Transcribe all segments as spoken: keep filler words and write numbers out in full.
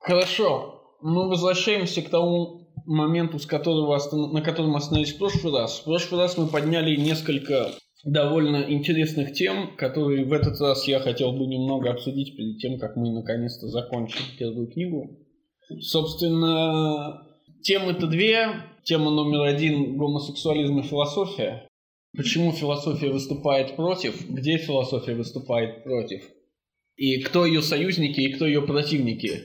Хорошо. Мы возвращаемся к тому моменту, с которого, на котором остановились в прошлый раз. В прошлый раз мы подняли несколько довольно интересных тем, которые в этот раз я хотел бы немного обсудить перед тем, как мы наконец-то закончим первую книгу. Собственно, темы-то две. Тема номер один – гомосексуализм и философия. Почему философия выступает против? Где философия выступает против? И кто ее союзники и кто ее противники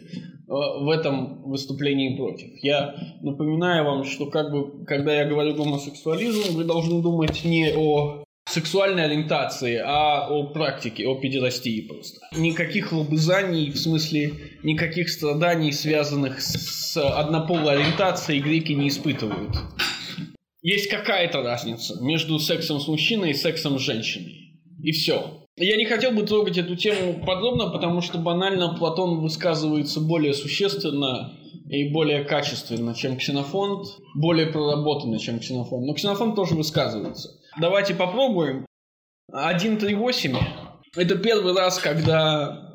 в этом выступлении против. Я напоминаю вам, что как бы, когда я говорю гомосексуализм, вы должны думать не о сексуальной ориентации, а о практике, о педерастии просто. Никаких лобызаний, в смысле никаких страданий, связанных с однополой ориентацией, греки не испытывают. Есть какая-то разница между сексом с мужчиной и сексом с женщиной. И все. Я не хотел бы трогать эту тему подробно, потому что банально Платон высказывается более существенно и более качественно, чем Ксенофонт, более проработанно, чем Ксенофонт. Но Ксенофонт тоже высказывается. Давайте попробуем. один три восемь. Это первый раз, когда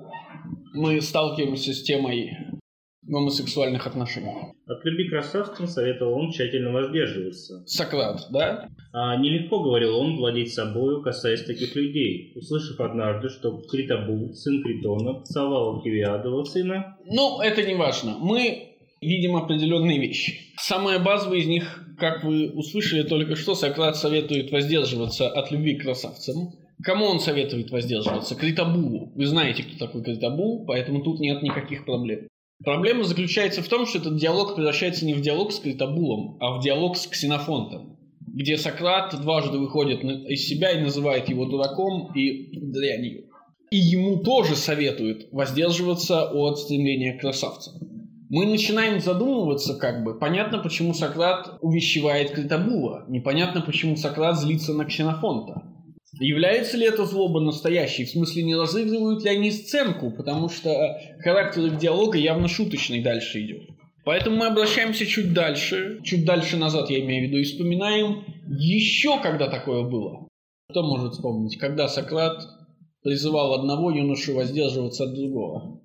мы сталкиваемся с темой гомосексуальных отношений. От любви к красавцам советовал он тщательно воздерживаться. Сократ, да? А нелегко, говорил он, владеть собою, касаясь таких людей. Услышав однажды, что Критабул, сын Критона, поцеловал Хивиадова сына... Ну, это не важно. Мы видим определенные вещи. Самое базовое из них, как вы услышали только что, Сократ советует воздерживаться от любви к красавцам. Кому он советует воздерживаться? Критабулу. Вы знаете, кто такой Критабул, поэтому тут нет никаких проблем. Проблема заключается в том, что этот диалог превращается не в диалог с Критабулом, а в диалог с Ксенофонтом, где Сократ дважды выходит из себя и называет его дураком и дрянью. И ему тоже советует воздерживаться от стремления к красавцам. Мы начинаем задумываться, как бы, понятно, почему Сократ увещевает Критабула, непонятно, почему Сократ злится на Ксенофонта. Является ли это злоба настоящей? В смысле, не разыгрывают ли они сценку? Потому что характер их диалога явно шуточный дальше идет. Поэтому мы обращаемся чуть дальше, чуть дальше назад, я имею в виду, и вспоминаем еще, когда такое было. Кто может вспомнить, когда Сократ призывал одного юношу воздерживаться от другого?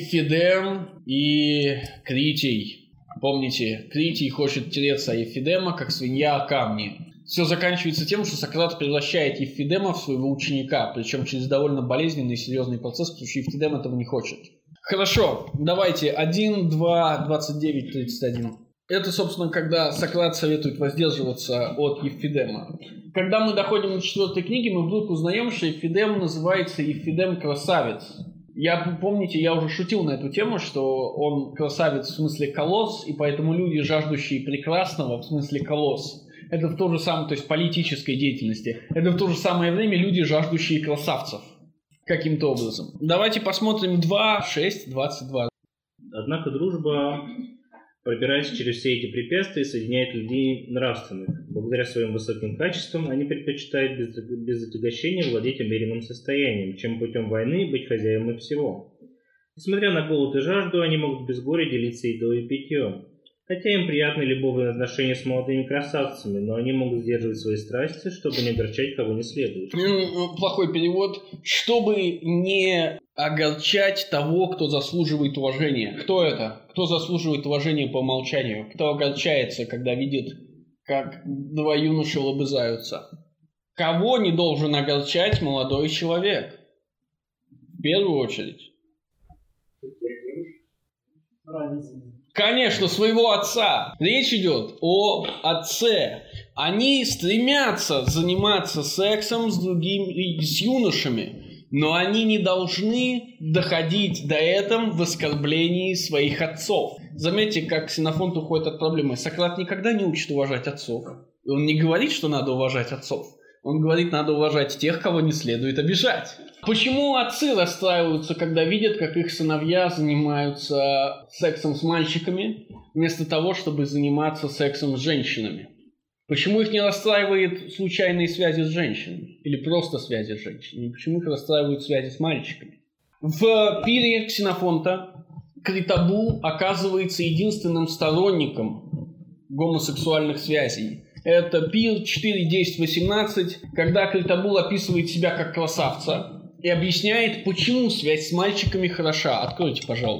Евфидем и Критий. Помните, Критий хочет тереться о Евфидема, как свинья о камни. Все заканчивается тем, что Сократ превращает Евфидема в своего ученика, причем через довольно болезненный и серьезный процесс, потому что Евфидем этого не хочет. Хорошо, давайте один, два, двадцать девять, тридцать один. Это, собственно, когда Сократ советует воздерживаться от Евфидема. Когда мы доходим до четвертой книги, мы вдруг узнаем, что Евфидем называется Евфидем Красавец. Я, помните, я уже шутил на эту тему, что он красавец в смысле колосс, и поэтому люди, жаждущие прекрасного в смысле колосс, это в то же самое, то есть политической деятельности, это в то же самое время люди, жаждущие красавцев. Каким-то образом. Давайте посмотрим два, шесть, двадцать два. Однако дружба, пробираясь через все эти препятствия, соединяет людей нравственных. Благодаря своим высоким качествам они предпочитают без, без отягощения владеть умеренным состоянием, чем путем войны быть хозяевами всего. Несмотря на голод и жажду, они могут без горя делиться едой и питьем. Хотя им приятны любовные отношения с молодыми красавцами, но они могут сдерживать свои страсти, чтобы не огорчать кого не следует. Плохой перевод. Чтобы не огорчать того, кто заслуживает уважения. Кто это? Кто заслуживает уважения по умолчанию? Кто огорчается, когда видит, как два юноши лобызаются? Кого не должен огорчать молодой человек? В первую очередь. Конечно, своего отца. Речь идет о отце. Они стремятся заниматься сексом с другими, с юношами, но они не должны доходить до этого в оскорблении своих отцов. Заметьте, как Ксенофонт уходит от проблемы. Сократ никогда не учит уважать отцов. Он не говорит, что надо уважать отцов. Он говорит, надо уважать тех, кого не следует обижать. Почему отцы расстраиваются, когда видят, как их сыновья занимаются сексом с мальчиками, вместо того, чтобы заниматься сексом с женщинами? Почему их не расстраивает случайные связи с женщинами? Или просто связи с женщинами? Почему их расстраивают связи с мальчиками? В пире Ксенофонта Критабул оказывается единственным сторонником гомосексуальных связей. Это пир четыре десять восемнадцать, когда Критабул описывает себя как красавца и объясняет, почему связь с мальчиками хороша. Откройте, пожалуйста.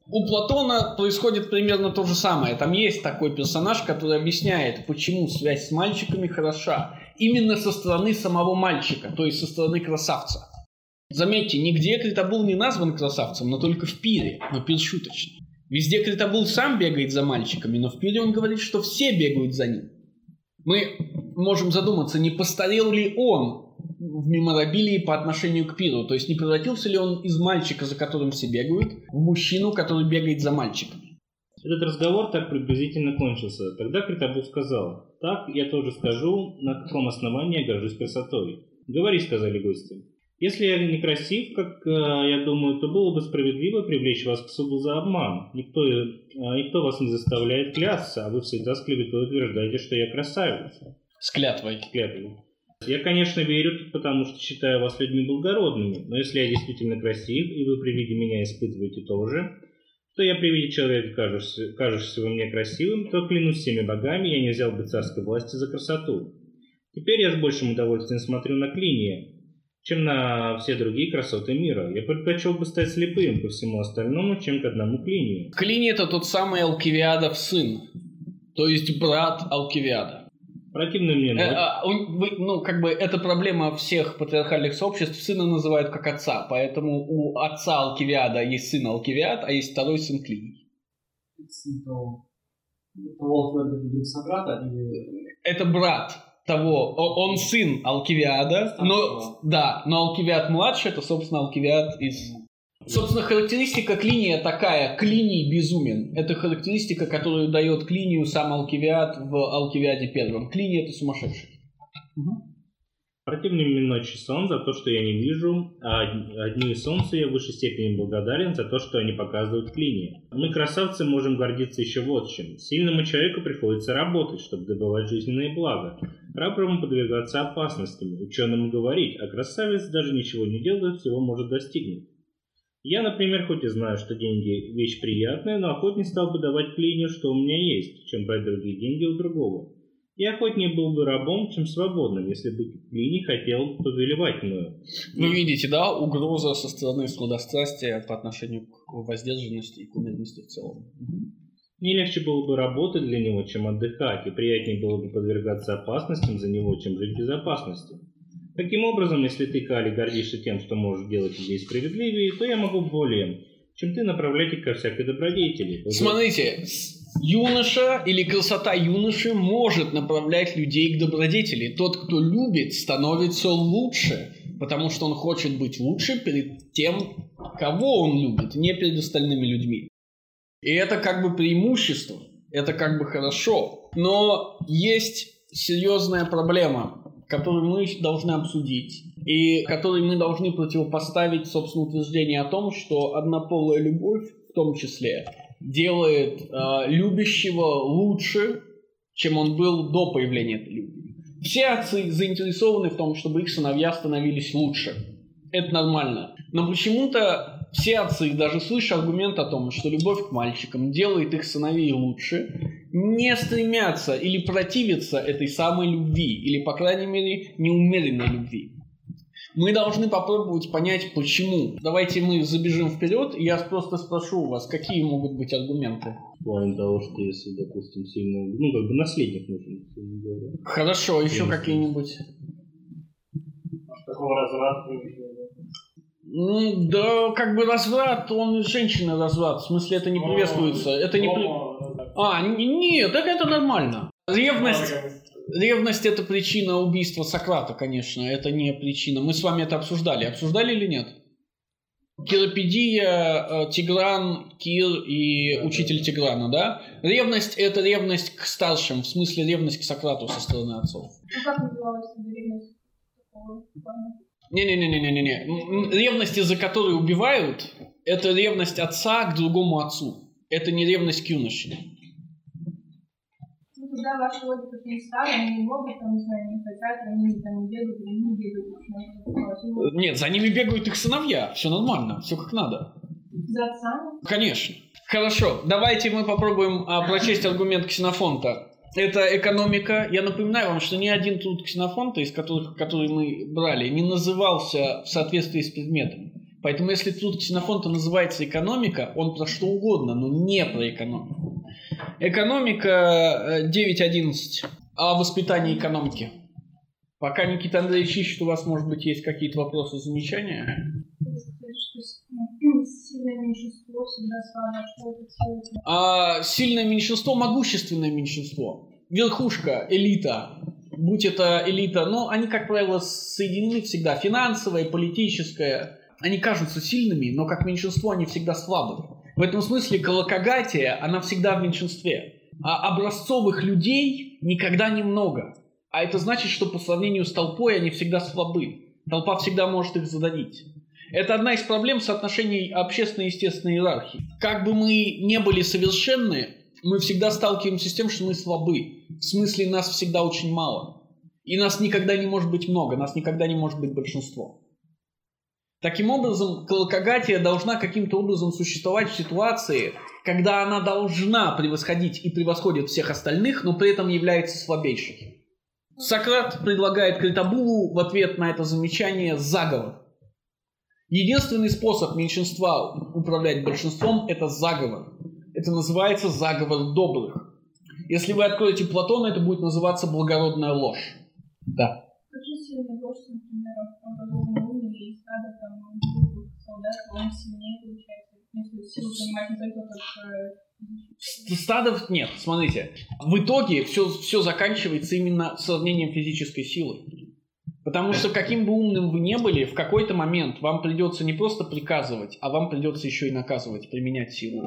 У Платона происходит примерно то же самое. Там есть такой персонаж, который объясняет, почему связь с мальчиками хороша. Именно со стороны самого мальчика, то есть со стороны красавца. Заметьте, нигде Критобул не назван красавцем, но только в пире, но пир шуточный. Везде Критобул сам бегает за мальчиками, но в пире он говорит, что все бегают за ним. Мы можем задуматься, не постарел ли он в меморабилии по отношению к пиру, то есть не превратился ли он из мальчика, за которым все бегают, в мужчину, который бегает за мальчиками. Этот разговор так приблизительно кончился. Тогда Критобул сказал: «Так, я тоже скажу, на каком основании я горжусь красотой». «Говори», — сказали гости. «Если я некрасив, как э, я думаю, то было бы справедливо привлечь вас к суду за обман. Никто, э, никто вас не заставляет клясться, а вы всегда с клеветой утверждаете, что я красавица». С клятвой. С клятвой. «Я, конечно, верю, потому что считаю вас людьми благородными, но если я действительно красив, и вы при виде меня испытываете то же, то я при виде человека, кажешься, кажешься вы мне красивым, то, клянусь всеми богами, я не взял бы царской власти за красоту. Теперь я с большим удовольствием смотрю на Клиния, чем на все другие красоты мира. Я предпочел бы стать слепым ко всему остальному, чем к одному Клинию». Клиний — это тот самый Алкивиадов сын, то есть брат Алкивиада. Противно мне, но... Э, а, вы, ну, как бы, это проблема всех патриархальных сообществ. Сына называют как отца, поэтому у отца Алкивиада есть сын Алкивиад, а есть второй сын Клиний. Это брат того, он сын Алкивиада, но, да, но Алкивиад младший, это, собственно, Алкивиад из... Собственно, характеристика Клиния такая: Клиний безумен. Это характеристика, которую дает Клинию сам Алкивиад в Алкивиаде первом. Клиний — это сумасшедший. Угу. Противный мне ночи сон за то, что я не вижу, а одни солнцу я в высшей степени благодарен за то, что они показывают Клиния. Мы, красавцы, можем гордиться еще вот чем. Сильному человеку приходится работать, чтобы добывать жизненные блага. Храброму подвергаться опасностям, ученому говорить, а красавец даже ничего не делает, всего может достигнуть. Я, например, хоть и знаю, что деньги – вещь приятная, но охотнее стал бы давать Клинию, что у меня есть, чем брать другие деньги у другого. Я охотнее был бы рабом, чем свободным, если бы Клиний хотел повелевать мною. Вы видите, да, угроза со стороны сладострастия по отношению к воздержанности и к умеренности в целом. Мне легче было бы работать для него, чем отдыхать, и приятнее было бы подвергаться опасностям за него, чем жить в безопасности. Таким образом, если ты, Кали, гордишься тем, что можешь делать людей справедливее, то я могу более, чем ты, направлять их ко всякой добродетели. Смотрите, юноша или красота юноши может направлять людей к добродетели. Тот, кто любит, становится лучше, потому что он хочет быть лучше перед тем, кого он любит, не перед остальными людьми. И это как бы преимущество, это как бы хорошо. Но есть серьезная проблема, которую мы должны обсудить, и которой мы должны противопоставить, собственно, утверждение о том, что однополая любовь, в том числе, делает э, любящего лучше, чем он был до появления этой любви. Все отцы заинтересованы в том, чтобы их сыновья становились лучше. Это нормально. Но почему-то все отцы, даже слыша аргумент о том, что любовь к мальчикам делает их сыновей лучше, не стремятся или противятся этой самой любви, или, по крайней мере, неумеренной любви. Мы должны попробовать понять, почему. Давайте мы забежим вперед, и я просто спрошу у вас, какие могут быть аргументы. В плане того, что если, допустим, сильно... Ну, как бы наследник нужен, не говоря. Хорошо, еще какие-нибудь? Такого разврата? Ну, да, как бы разврат, он женщины разврат. В смысле, это не приветствуется. Это не при... А, нет, так это нормально. Ревность... Ревность – это причина убийства Сократа, конечно, это не причина. Мы с вами это обсуждали. Обсуждали или нет? Киропедия, Тигран, Кир и учитель Тиграна, да? Ревность – это ревность к старшим, в смысле ревность к Сократу со стороны отцов. Ну как называлась ревность? Не-не-не-не-не-не. Ревность, из-за которой убивают, это ревность отца к другому отцу. Это не ревность к юноше. Когда ваши логика перестали, они не могут, там, не знаю, не хотят, они там не бегают, или не бегают. Нет, за ними бегают их сыновья, все нормально, все как надо. За отцами? Конечно. Хорошо, давайте мы попробуем а, прочесть аргумент Ксенофонта. Это экономика. Я напоминаю вам, что ни один труд Ксенофонта, из которых, который мы брали, не назывался в соответствии с предметом. Поэтому если труд Ксенофонта называется «Экономика», он про что угодно, но не про экономику. Экономика девять одиннадцать. О воспитании экономики. Пока Никита Андреевич ищет, у вас, может быть, есть какие-то вопросы, замечания? Сильное меньшинство всегда слабо. Что это делает? А сильное меньшинство, могущественное меньшинство. Верхушка, элита. Будь это элита, но они, как правило, соединены всегда. Финансовая, политическая. Они кажутся сильными, но как меньшинство они всегда слабы. В этом смысле колокогатия, она всегда в меньшинстве. А образцовых людей никогда немного. А это значит, что по сравнению с толпой они всегда слабы. Толпа всегда может их задавить. Это одна из проблем соотношений общественной и естественной иерархии. Как бы мы не были совершенны, мы всегда сталкиваемся с тем, что мы слабы. В смысле, нас всегда очень мало. И нас никогда не может быть много, нас никогда не может быть большинство. Таким образом, колокогатия должна каким-то образом существовать в ситуации, когда она должна превосходить и превосходит всех остальных, но при этом является слабейшей. Сократ предлагает Критабулу в ответ на это замечание заговор. Единственный способ меньшинства управлять большинством – это заговор. Это называется заговор добрых. Если вы откроете Платона, это будет называться благородная ложь. Да. Как же сильный вождь, например, в уме и стадо там солдат, он сильнее получается, если силу понимать не только как... Стадов нет, смотрите. В итоге все, все заканчивается именно сравнением физической силы. Потому что каким бы умным вы ни были, в какой-то момент вам придется не просто приказывать, а вам придется еще и наказывать, применять силу.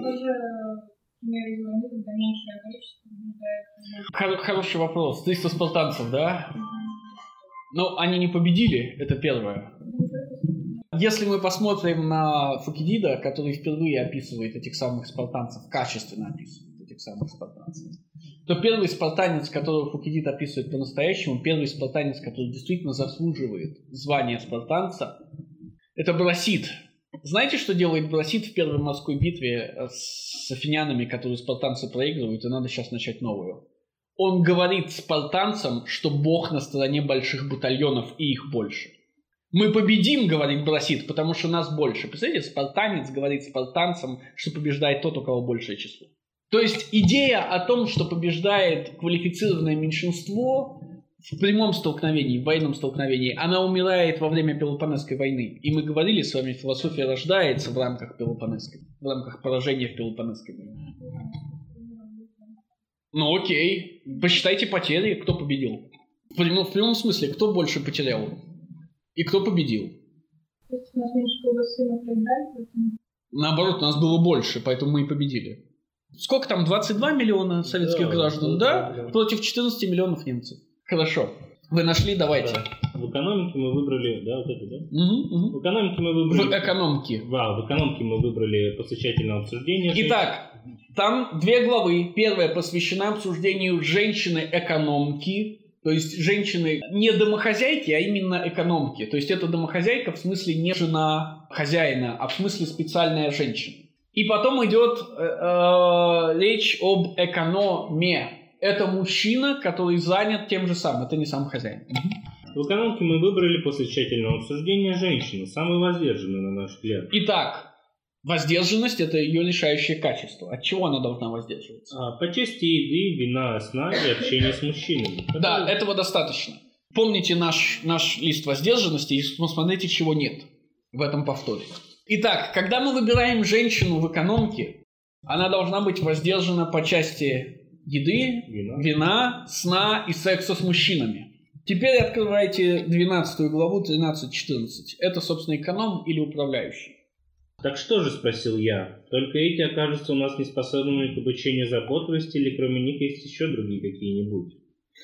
Хор- хороший вопрос. триста спартанцев, да? Но они не победили, это первое. Если мы посмотрим на Фукидида, который впервые описывает этих самых спартанцев, качественно описывает этих самых спартанцев, то первый спартанец, которого Фукидид описывает по-настоящему, первый спартанец, который действительно заслуживает звания спартанца, это Брасид. Знаете, что делает Брасид в первой морской битве с афинянами, которую спартанцы проигрывают, и надо сейчас начать новую? Он говорит спартанцам, что Бог на стороне больших батальонов, и их больше. Мы победим, говорит Брасид, потому что нас больше. Представляете, спартанец говорит спартанцам, что побеждает тот, у кого большее число. То есть идея о том, что побеждает квалифицированное меньшинство в прямом столкновении, в военном столкновении, она умирает во время Пелопоннесской войны. И мы говорили с вами, философия рождается в рамках Пелопоннесской, в рамках поражения в Пелопоннесской войне. Ну окей, посчитайте потери, кто победил. В прямом, в прямом смысле, кто больше потерял и кто победил. То есть у нас меньше было сына проиграть, поэтому... Наоборот, у нас было больше, поэтому мы и победили. Сколько там, двадцать два миллиона советских да, граждан, да? да? Против четырнадцати миллионов немцев. Хорошо. Вы нашли, давайте. Да. В экономике мы выбрали, да, вот это, да? Угу, угу. В экономике мы выбрали... В экономике. Да, в экономике мы выбрали посвящательное обсуждение. Итак, там две главы. Первая посвящена обсуждению женщины-экономки. То есть женщины не домохозяйки, а именно экономки. То есть это домохозяйка в смысле не жена хозяина, а в смысле специальная женщина. И потом идет э, э, речь об экономе. Это мужчина, который занят тем же самым. Это не сам хозяин. В экономике мы выбрали после тщательного обсуждения женщину, самую воздержанную, на наш взгляд. Итак, воздержанность – это ее решающее качество. От чего она должна воздерживаться? А, по части еды, вина, сна и общения с мужчинами. Да, этого достаточно. Помните наш, наш лист воздержанности и посмотрите, чего нет в этом повторе. Итак, когда мы выбираем женщину в экономике, она должна быть воздержана по части еды, вина, вина сна и секса с мужчинами. Теперь открывайте двенадцатую главу, тринадцать-четырнадцать. Это, собственно, эконом или управляющий. Так что же, спросил я, только эти окажутся у нас неспособными к обучению заботливости, или кроме них есть еще другие какие-нибудь?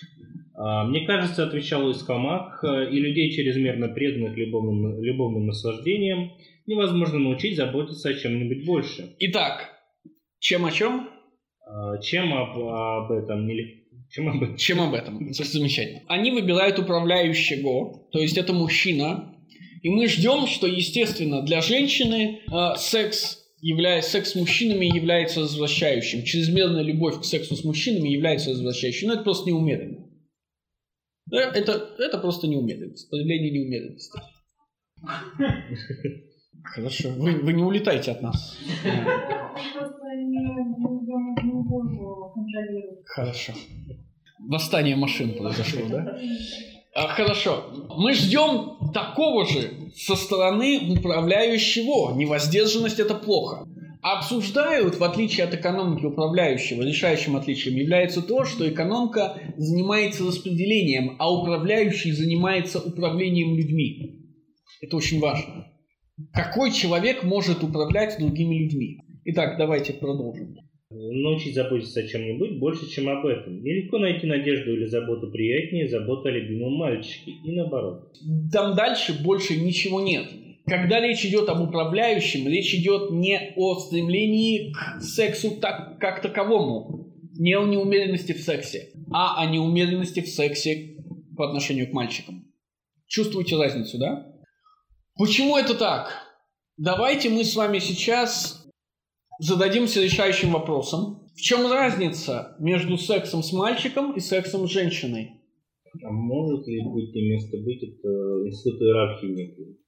А, мне кажется, отвечал Искомах, и людей, чрезмерно преданных любовным, любовным наслаждениям, невозможно научить заботиться о чем-нибудь больше. Итак, чем о чем? А, чем об, об этом? Чем об этом? Чем об этом? Замечательно. Они выбирают управляющего, то есть это мужчина. И мы ждем, что, естественно, для женщины э, секс, являясь, секс с мужчинами является развращающим. Чрезмерная любовь к сексу с мужчинами является развращающей. Но это просто неумеренно. Это, это просто неумеренность. Проявление неумеренности. Хорошо. Вы, вы не улетайте от нас. Хорошо. Восстание машин произошло, да? А, хорошо. Мы ждем такого же со стороны управляющего. Невоздержанность – это плохо. Обсуждают, в отличие от экономики управляющего, решающим отличием является то, что экономика занимается распределением, а управляющий занимается управлением людьми. Это очень важно. Какой человек может управлять другими людьми? Итак, давайте продолжим. Научить заботиться о чем-нибудь больше, чем об этом. Нелегко найти надежду или заботу приятнее заботы о любимом мальчике, и наоборот. Там дальше больше ничего нет. Когда речь идет об управляющем, речь идет не о стремлении к сексу так, как таковому, не о неумеренности в сексе, а о неумеренности в сексе по отношению к мальчикам. Чувствуете разницу, да? Почему это так? Давайте мы с вами сейчас зададимся решающим вопросом. В чем разница между сексом с мальчиком и сексом с женщиной? А может ли быть и место быть это институт иерархии некой?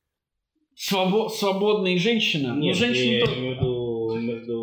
Свобо- свободная женщина? Нет, ну, женщина я тоже... имею в виду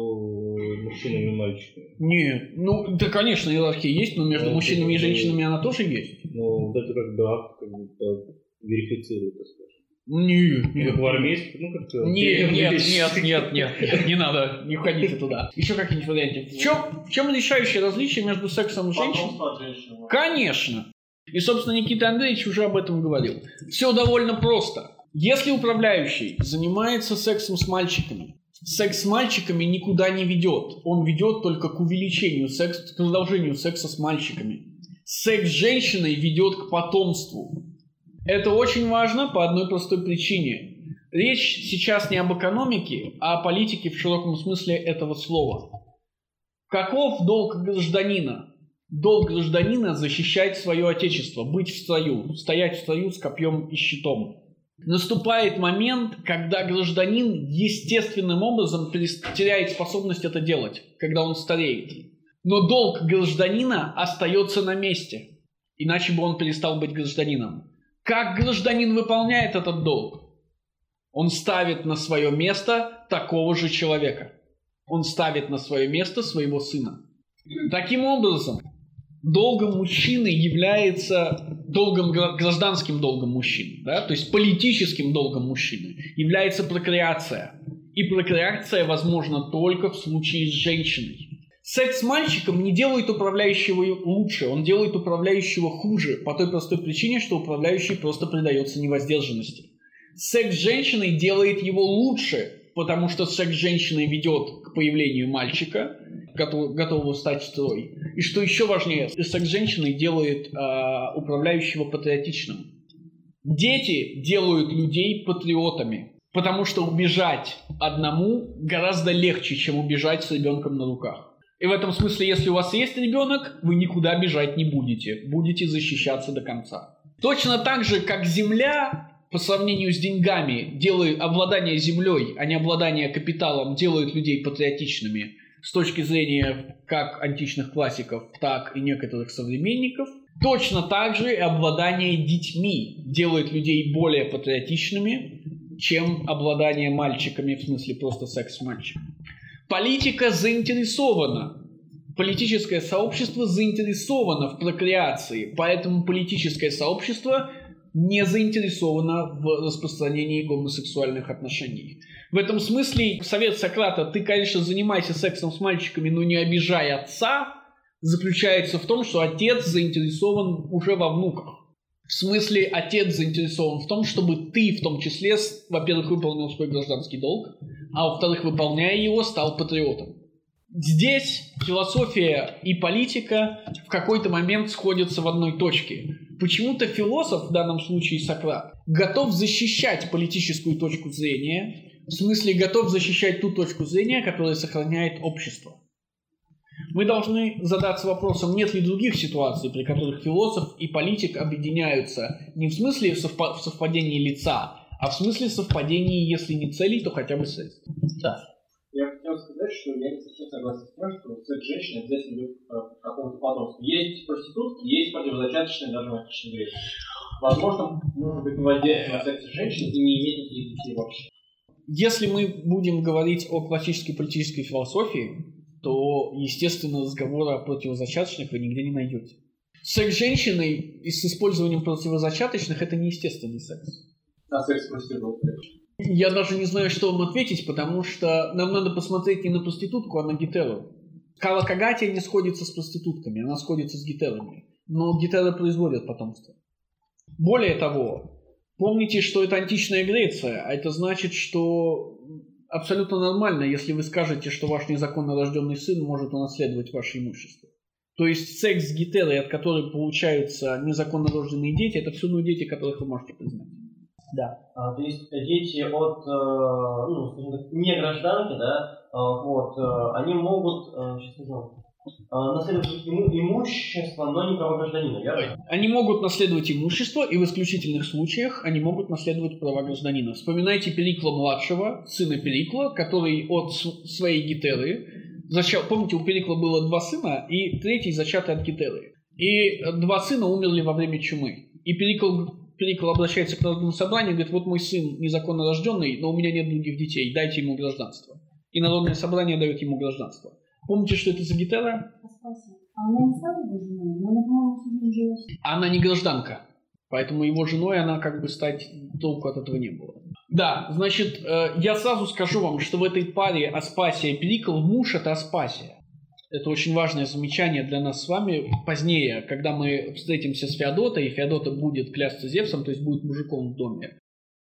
между мужчинами и мальчиками. Нет, ну, да, конечно, иерархия есть, но между ну, мужчинами и это, женщинами она тоже есть. Ну, вот это как бы акт, как будто верифицирует, так скажем. Нет, нет. Как в армейском, ну как-то... Нет, нет, нет, нет, нет, не надо, не входите туда. Еще какие-нибудь варианты. В чем, в чем решающее различие между сексом и женщиной? Конечно. И, собственно, Никита Андреевич уже об этом говорил. Все довольно просто. Если управляющий занимается сексом с мальчиками, секс с мальчиками никуда не ведет. Он ведет только к увеличению секса, к продолжению секса с мальчиками. Секс с женщиной ведет к потомству. Это очень важно по одной простой причине. Речь сейчас не об экономике, а о политике в широком смысле этого слова. Каков долг гражданина? Долг гражданина – защищать свое отечество, быть в строю, стоять в строю с копьем и щитом. Наступает момент, когда гражданин естественным образом теряет способность это делать, когда он стареет. Но долг гражданина остается на месте, иначе бы он перестал быть гражданином. Как гражданин выполняет этот долг? Он ставит на свое место такого же человека. Он ставит на свое место своего сына. Таким образом, долгом мужчины является долгом, гражданским долгом мужчины, да? То есть политическим долгом мужчины является прокреация. И прокреация возможна только в случае с женщиной. Секс с мальчиком не делает управляющего лучше, он делает управляющего хуже, по той простой причине, что управляющий просто предается невоздержанности. Секс с женщиной делает его лучше, потому что секс с женщиной ведет к появлению мальчика, готового стать в строй. И что еще важнее, секс с женщиной делает э, управляющего патриотичным. Дети делают людей патриотами, потому что убежать одному гораздо легче, чем убежать с ребенком на руках. И в этом смысле, если у вас есть ребенок, вы никуда бежать не будете. Будете защищаться до конца. Точно так же, как земля, по сравнению с деньгами, делает обладание землей, а не обладание капиталом, делает людей патриотичными с точки зрения как античных классиков, так и некоторых современников. Точно так же и обладание детьми делает людей более патриотичными, чем обладание мальчиками, в смысле просто секс с мальчиком. Политика заинтересована, политическое сообщество заинтересовано в прокреации, поэтому политическое сообщество не заинтересовано в распространении гомосексуальных отношений. В этом смысле совет Сократа «ты, конечно, занимайся сексом с мальчиками, но не обижай отца» заключается в том, что отец заинтересован уже во внуках. В смысле, отец заинтересован в том, чтобы ты в том числе, во-первых, выполнил свой гражданский долг, а во-вторых, выполняя его, стал патриотом. Здесь философия и политика в какой-то момент сходятся в одной точке. Почему-то философ, в данном случае Сократ, готов защищать политическую точку зрения, в смысле готов защищать ту точку зрения, которая сохраняет общество. Мы должны задаться вопросом, нет ли других ситуаций, при которых философ и политик объединяются не в смысле совпа- в совпадении лица, а в смысле совпадении, если не целей, то хотя бы средств. Да. Я хотел сказать, что я не совсем согласен с тем, что секс женщины обязательно идет к какому-то потомству. Есть проститутки, есть противозачаточные даже в античном Греции. Возможно, может быть, воздействие на секс женщин и не иметь никаких детей вообще. Если мы будем говорить о классической политической философии, то, естественно, разговора о противозачаточных вы нигде не найдете. Секс с женщиной и с использованием противозачаточных – это неестественный секс. А секс с проституткой? Я даже не знаю, что вам ответить, потому что нам надо посмотреть не на проститутку, а на гетеру. Кала Кагатия не сходится с проститутками, она сходится с гетерами. Но гетеры производят потомство. Более того, помните, что это античная Греция, а это значит, что абсолютно нормально, если вы скажете, что ваш незаконно рожденный сын может унаследовать ваше имущество. То есть секс с гетерой, от которой получаются незаконно рожденные дети, это все равно дети, которых вы можете признать. Да. А, то есть дети от, э, ну, скажем так, не гражданки, да, э, вот, э, они могут, э, сейчас скажу, э, наследовать иму, имущество, но не право гражданина, верно? Они могут наследовать имущество, и в исключительных случаях они могут наследовать права гражданина. Вспоминайте Перикла-младшего, сына Перикла, который от своей гетеры зачал... Помните, у Перикла было два сына, и третий зачатый от гетеры. И два сына умерли во время чумы. И Перикл... Перикл обращается к народному собранию и говорит: вот мой сын незаконно рожденный, но у меня нет других детей, дайте ему гражданство. И народное собрание дает ему гражданство. Помните, что это за гетера? А она не стала его женой? Но она, по-моему, всю жизнь жила. Она не гражданка. Поэтому его женой она как бы стать толку от этого не было. Да, значит, я сразу скажу вам, что в этой паре Аспасия и Перикл муж – это Аспасия. Это очень важное замечание для нас с вами. Позднее, когда мы встретимся с Феодотой, и Феодота будет клясться Зевсом, то есть будет мужиком в доме,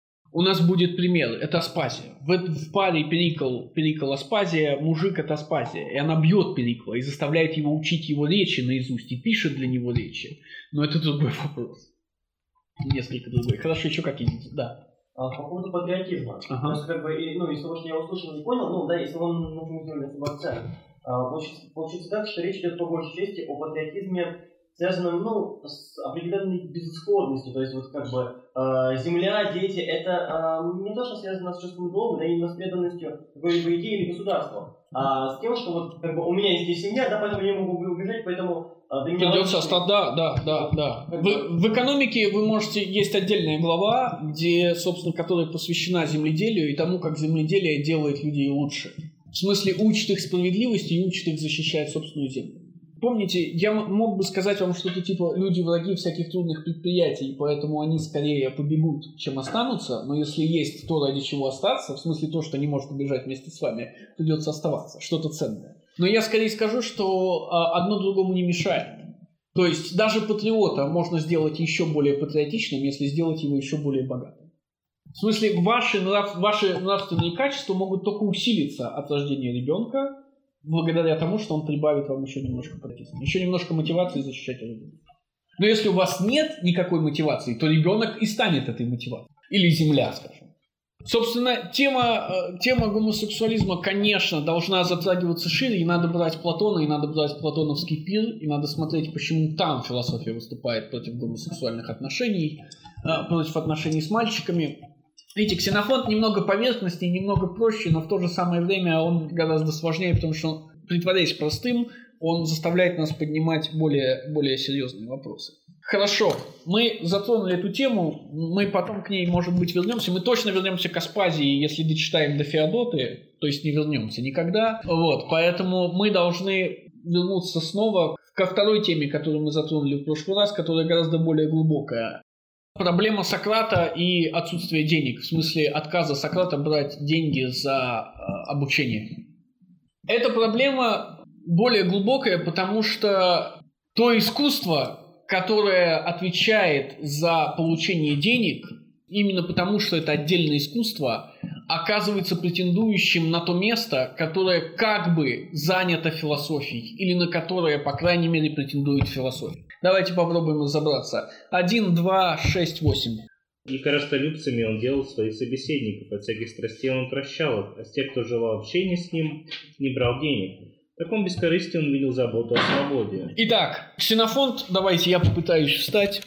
у нас будет пример. Это Аспазия. В, в паре Перикл, Перикл Аспазия, мужик – это Аспазия. И она бьет Перикла и заставляет его учить его речи наизусть, и пишет для него речи. Но это другой вопрос. Несколько другой. Хорошо, еще какие-нибудь? Да. А, по поводу патриотизма. Ага. То есть, как бы, ну, из того, что я услышал, не понял, ну, да, если он, например, сделали особо акцент. Получится, получится так, что речь идет по большей части о патриотизме, связанном, ну, с определенной безысходностью. То есть, вот как бы э, земля, дети, это э, не то, что связано с чувством долга, да и не с преданностью какой-либо идеи или государства, а с тем, что вот как бы у меня есть здесь семья, да, поэтому я могу убежать, поэтому э, для меня придется остаться, да, да, да, да. В, в экономике вы можете, есть отдельная глава, где, собственно, которая посвящена земледелию и тому, как земледелие делает людей лучше. В смысле, учит их справедливости и учит их защищать собственную землю. Помните, я мог бы сказать вам что-то типа «люди враги всяких трудных предприятий, поэтому они скорее побегут, чем останутся», но если есть то, ради чего остаться, в смысле то, что не может убежать вместе с вами, придется оставаться, что-то ценное. Но я скорее скажу, что одно другому не мешает. То есть даже патриота можно сделать еще более патриотичным, если сделать его еще более богатым. В смысле, ваши, нрав, ваши нравственные качества могут только усилиться от рождения ребенка, благодаря тому, что он прибавит вам еще немножко патриотизма, еще немножко мотивации защищать родину. Но если у вас нет никакой мотивации, то ребенок и станет этой мотивацией. Или земля, скажем. Собственно, тема, тема гомосексуализма, конечно, должна затрагиваться шире, и надо брать Платона, и надо брать платоновский пир, и надо смотреть, почему там философия выступает против гомосексуальных отношений, против отношений с мальчиками. Видите, Ксенофонт немного поверхностнее, немного проще, но в то же самое время он гораздо сложнее, потому что он, притворяясь простым, он заставляет нас поднимать более, более серьезные вопросы. Хорошо, мы затронули эту тему, мы потом к ней, может быть, вернемся. Мы точно вернемся к Аспазии, если дочитаем до Феодоты, то есть не вернемся никогда. Вот, поэтому мы должны вернуться снова ко второй теме, которую мы затронули в прошлый раз, которая гораздо более глубокая. Проблема Сократа и отсутствие денег, в смысле отказа Сократа брать деньги за э, обучение. Эта проблема более глубокая, потому что то искусство, которое отвечает за получение денег, именно потому что это отдельное искусство, оказывается претендующим на то место, которое как бы занято философией, или на которое, по крайней мере, претендует философия. Давайте попробуем разобраться. один, два, шесть, восемь. И корыстолюбцами он делал своих собеседников, от всяких страстей он прощал их, а с тех, кто желал общения с ним, не брал денег. В таком бескорыстии он видел заботу о свободе. Итак, Ксенофонт, давайте я попытаюсь встать.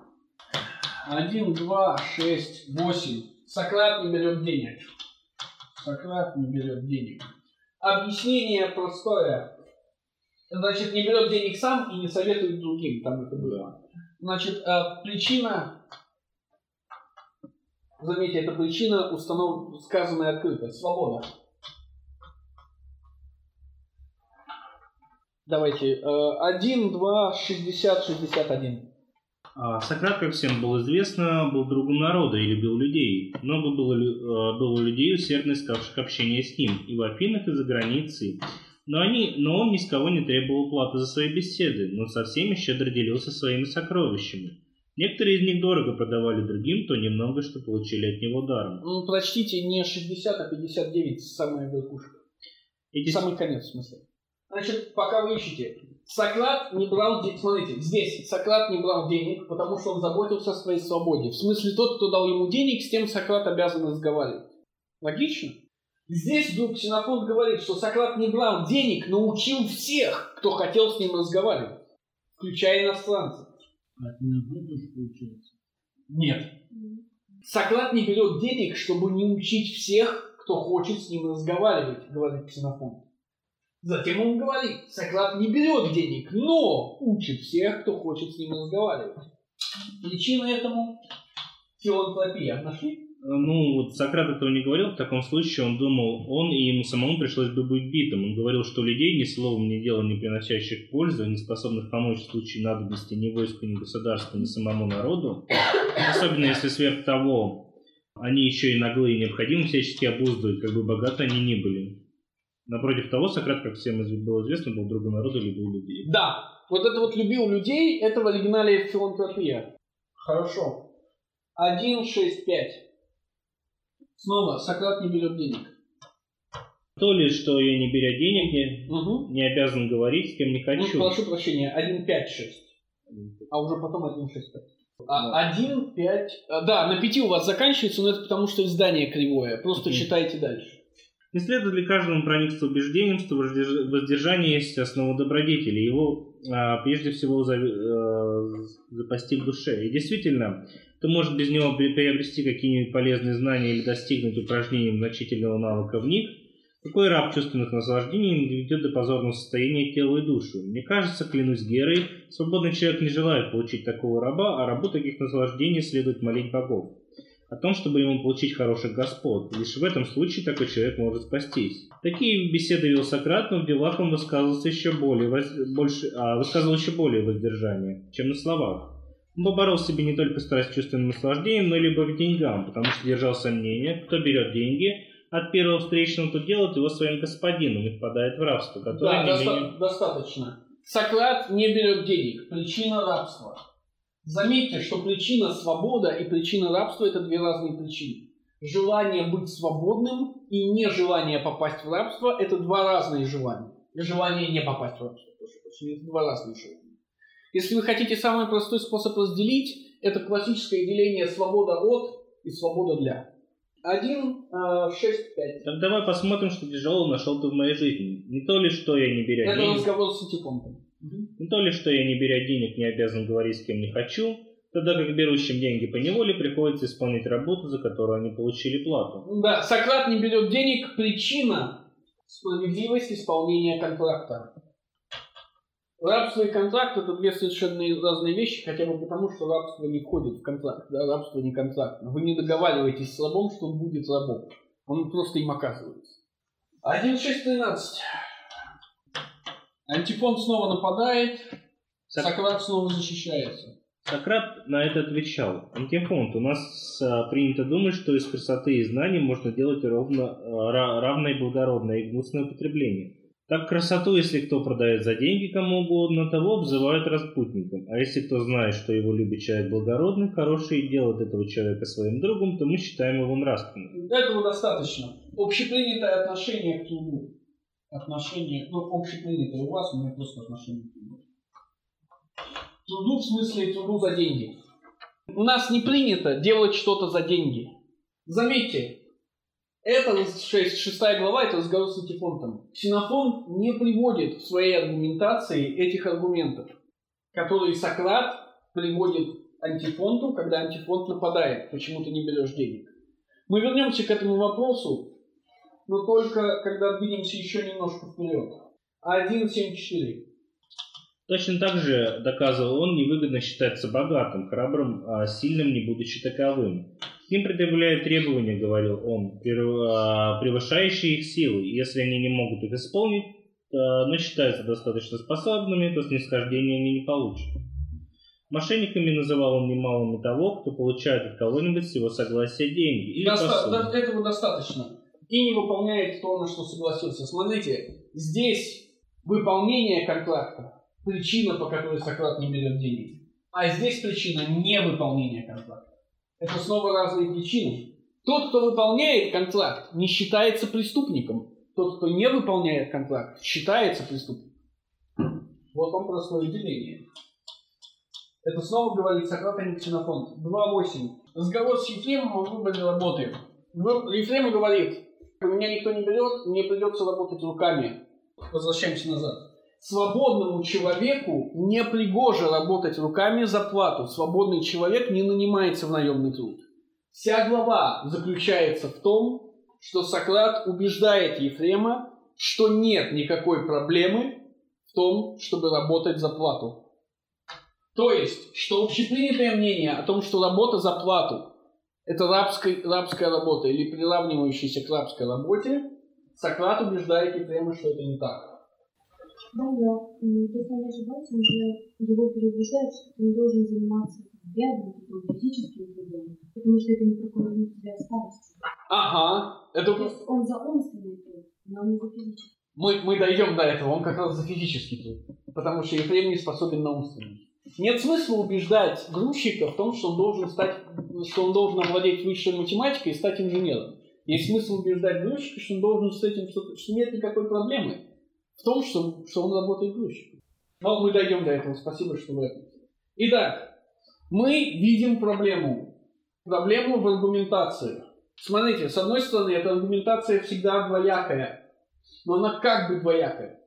один, два, шесть, восемь. Сократ не берет денег. Сократ не берет денег. Объяснение простое. Значит, не берет денег сам и не советует другим. Там это было. Значит, причина... Заметьте, эта причина установ... сказанная открыто. Свобода. Давайте. один, два, шестьдесят, шестьдесят один. А Сократ, как всем было известно, был другом народа и любил людей. Много было, лю- э, было людей, усердно искавших общения с ним, и в Афинах, и за границей. Но, они, но он ни с кого не требовал платы за свои беседы, но со всеми щедро делился своими сокровищами. Некоторые из них дорого продавали другим, то немного, что получили от него даром. Ну, прочтите не шестьдесят, а пятьдесят девять, самая верхушка. Эти... Самый конец, в смысле. Значит, пока вы ищете. Сократ не брал денег. Смотрите, здесь Сократ не брал денег, потому что он заботился о своей свободе. В смысле, тот, кто дал ему денег, с тем Сократ обязан разговаривать. Логично? Здесь вдруг Ксенофонт говорит, что Сократ не брал денег, но учил всех, кто хотел с ним разговаривать, включая иностранцев. А это не одно и то же получается? Нет. Сократ не берет денег, чтобы не учить всех, кто хочет с ним разговаривать, говорит Ксенофонт. Затем он говорит, Сократ не берет денег, но учит всех, кто хочет с ним разговаривать. Причина этому филантропия. Нашли? Ну, вот Сократ этого не говорил, в таком случае он думал, он и ему самому пришлось бы быть битым. Он говорил, что людей, ни словом, ни делом, не приносящих пользу, не способных помочь в случае надобности ни войску, ни государству, ни самому народу, особенно если сверх того они еще и наглы и необходимо всячески обуздывать, как бы богаты они ни были. Напротив того, Сократ, как всем было известно, был другом народа, любил людей. Да, вот это вот любил людей, это в оригинале филантропия. Хорошо. один, шесть, пять. Снова, Сократ не берет денег. То ли, что я не беря денег, не, Угу. не обязан говорить, с кем не хочу. Ну, прошу прощения, один, пять, шесть. А уже потом один, шесть, пять. А, один, пять... Да, на пяти у вас заканчивается, но это потому, что издание кривое. Просто Мгм. читайте дальше. Не следует ли каждому проникнуться убеждением, что воздерж- воздержание есть основа добродетели, его а, прежде всего за, а, запасти в душе. И действительно, кто может без него при- приобрести какие-нибудь полезные знания или достигнуть упражнением значительного навыка в них, какой раб чувственных наслаждений не доведет до позорного состояния тела и душу? Мне кажется, клянусь Герой, свободный человек не желает получить такого раба, а рабу таких наслаждений следует молить богов о том, чтобы ему получить хороших господ. Лишь в этом случае такой человек может спастись. Такие беседы вел Сократ, но в делах он высказывался еще более, воз... больше, а, высказывал еще более воздержание, чем на словах. Он поборол в себе не только страсть к чувственным наслаждениям, но и любовь к деньгам, потому что держал сомнение, кто берет деньги от первого встречного, то делает его своим господином и впадает в рабство, которое Да, не доста- менее... достаточно. Сократ не берет денег. Причина рабства. Заметьте, что причина свобода и причина рабства – это две разные причины. Желание быть свободным и нежелание попасть в рабство – это два разные желания. И желание не попасть в рабство тоже. Это два разные желания. Если вы хотите самый простой способ разделить, это классическое деление свобода от и свобода для. Один, шесть, пять. Так давай посмотрим, что тяжелого нашел ты в моей жизни. Не то ли, что я не беря Это денег... разговор с Антифонтом. Не то ли, что я, не беря денег, не обязан говорить с кем не хочу, тогда как берущим деньги по неволе приходится исполнить работу, за которую они получили плату. Да, Сократ не берет денег. Причина – справедливость исполнения контракта. Рабство и контракт – это две совершенно разные вещи, хотя бы потому, что рабство не входит в контракт. Да? Рабство не контракт. Вы не договариваетесь с рабом, что он будет рабом. Он просто им оказывается. один, шесть, тринадцать. Антифон снова нападает, Сократ снова защищается. Сократ на это отвечал: Антифонт, у нас а, принято думать, что из красоты и знаний можно делать ровно, а, равное благородное и гнусное употребление. Так красоту, если кто продает за деньги кому угодно, того обзывают распутником. А если кто знает, что его любит человек благородный, хороший и делает этого человека своим другом, то мы считаем его нравственным. Этого достаточно. Общепринятое отношение к труду. Отношение, ну, общепринятое у вас, у меня просто отношение к труду. Труду в смысле труду за деньги. У нас не принято делать что-то за деньги. Заметьте, это шесть, шестая глава, это разговор с Антифонтом. Ксенофонт не приводит в своей аргументации этих аргументов, которые Сократ приводит Антифонту, когда Антифонт нападает, почему ты не берешь денег. Мы вернемся к этому вопросу, но только когда двинемся еще немножко вперед. один, семь, четыре. Точно так же, доказывал он, невыгодно считаться богатым, храбрым, а сильным, не будучи таковым. К ним предъявляют требования, говорил он, превышающие их силы. Если они не могут их исполнить, но считаются достаточно способными, то снисхождения они не получат. Мошенниками называл он немало того, кто получает от кого-нибудь с его согласия деньги. Или Доста- до этого достаточно. И не выполняет то, на что согласился. Смотрите, здесь выполнение контракта – причина, по которой Сократ не берет денег. А здесь причина невыполнения контракта. Это снова разные причины. Тот, кто выполняет контракт, не считается преступником. Тот, кто не выполняет контракт, считается преступником. Вот вам простое деление. Это снова говорит Сократ, а не Ксенофонт. два восемь. Разговор с Ефремом о выборе работы. Ефрем говорит: меня никто не берет, мне придется работать руками. Возвращаемся назад. Свободному человеку не пригоже работать руками за плату. Свободный человек не нанимается в наемный труд. Вся глава заключается в том, что Сократ убеждает Ефрема, что нет никакой проблемы в том, чтобы работать за плату. То есть, что общепринятое мнение о том, что работа за плату – это рабская, рабская работа или приравнивающаяся к рабской работе, Сократ убеждает Ефрема, что это не так. Да, да. Если я не ошибаюсь, он же его переубеждает, что ты не должен заниматься рядом, физическим трудом, потому что это не прокормит тебя старости. Ага. Это... То есть он за умственный труд, но не за физический. Мы, мы дойдем до этого, он как раз за физический труд, потому что Ефрем не способен на умственный. Нет смысла убеждать грузчика в том, что он должен стать, что он должен овладеть высшей математикой и стать инженером. Есть смысл убеждать грузчика, что он должен с этим, что, что нет никакой проблемы в том, что, что он работает грузчиком. Но мы дойдем до этого. Спасибо, что вы это. Итак, мы видим проблему. Проблему в аргументации. Смотрите, с одной стороны, эта аргументация всегда двоякая. Но она как бы двоякая.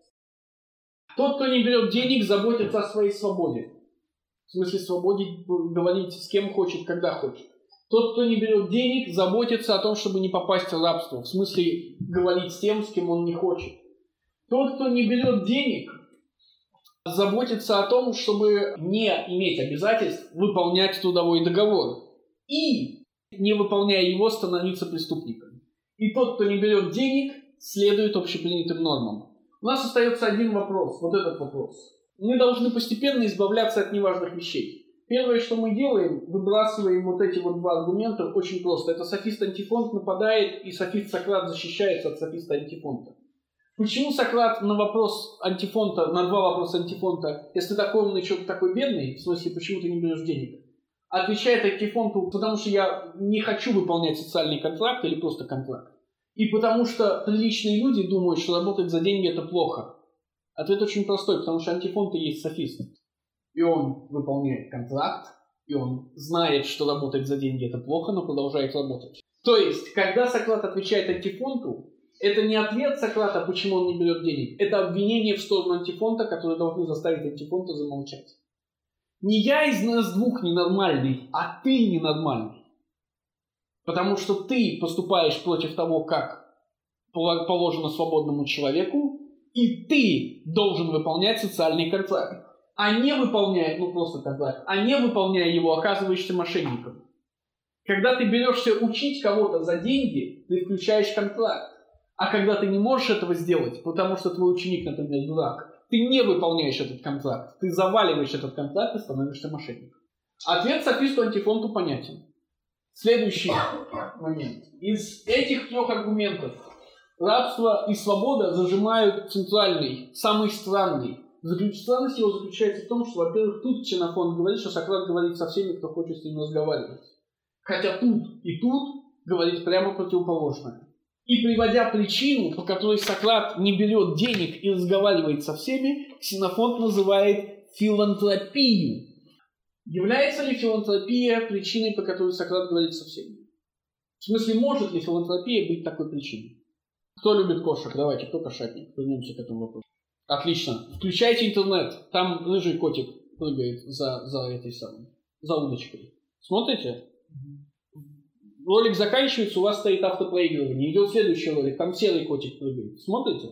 Тот, кто не берет денег, заботится о своей свободе. В смысле свободе говорить с кем хочет, когда хочет. Тот, кто не берет денег, заботится о том, чтобы не попасть в рабство. В смысле говорить с тем, с кем он не хочет. Тот, кто не берет денег, заботится о том, чтобы не иметь обязательств выполнять трудовой договор. И, не выполняя его, становиться преступником. И тот, кто не берет денег, следует общепринятым нормам. У нас остается один вопрос, вот этот вопрос. Мы должны постепенно избавляться от неважных вещей. Первое, что мы делаем, выбрасываем вот эти вот два аргумента очень просто. Это софист-антифонт нападает, и софист-Сократ защищается от софиста-антифонта. Почему Сократ на вопрос антифонта, на два вопроса антифонта, если такой умный, что ты такой бедный, в смысле, почему ты не берешь денег, отвечает антифонту, потому что я не хочу выполнять социальный контракт или просто контракт. И потому что приличные люди думают, что работать за деньги это плохо. Ответ очень простой, потому что антифонт и есть софист. И он выполняет контракт, и он знает, что работать за деньги это плохо, но продолжает работать. То есть, когда Сократ отвечает антифонту, это не ответ Сократа, почему он не берет денег. Это обвинение в сторону антифонта, которое должно заставить антифонта замолчать. Не я из нас двух ненормальный, а ты ненормальный. Потому что ты поступаешь против того, как положено свободному человеку, и ты должен выполнять социальный контракт. А не выполняя, ну просто контракт, а не выполняя его, оказываешься мошенником. Когда ты берешься учить кого-то за деньги, ты включаешь контракт. А когда ты не можешь этого сделать, потому что твой ученик, например, дурак, ты не выполняешь этот контракт, ты заваливаешь этот контракт и становишься мошенником. Ответ софисту антифонту понятен. Следующий момент. Из этих трех аргументов рабство и свобода зажимают центральный, самый странный. Странность его заключается в том, что, во-первых, тут Ксенофонт говорит, что Сократ говорит со всеми, кто хочет с ним разговаривать. Хотя тут и тут говорит прямо противоположное. И приводя причину, по которой Сократ не берет денег и разговаривает со всеми, Ксенофонт называет филантропию. Является ли филантропия причиной, по которой Сократ говорит со всеми? В смысле, может ли филантропия быть такой причиной? Кто любит кошек? Давайте, кто кошатник? Вернемся к этому вопросу. Отлично. Включайте интернет. Там рыжий котик прыгает за, за этой самой, за удочкой. Смотрите? Ролик заканчивается, у вас стоит автопроигрывание. Идет следующий ролик, там серый котик прыгает. Смотрите?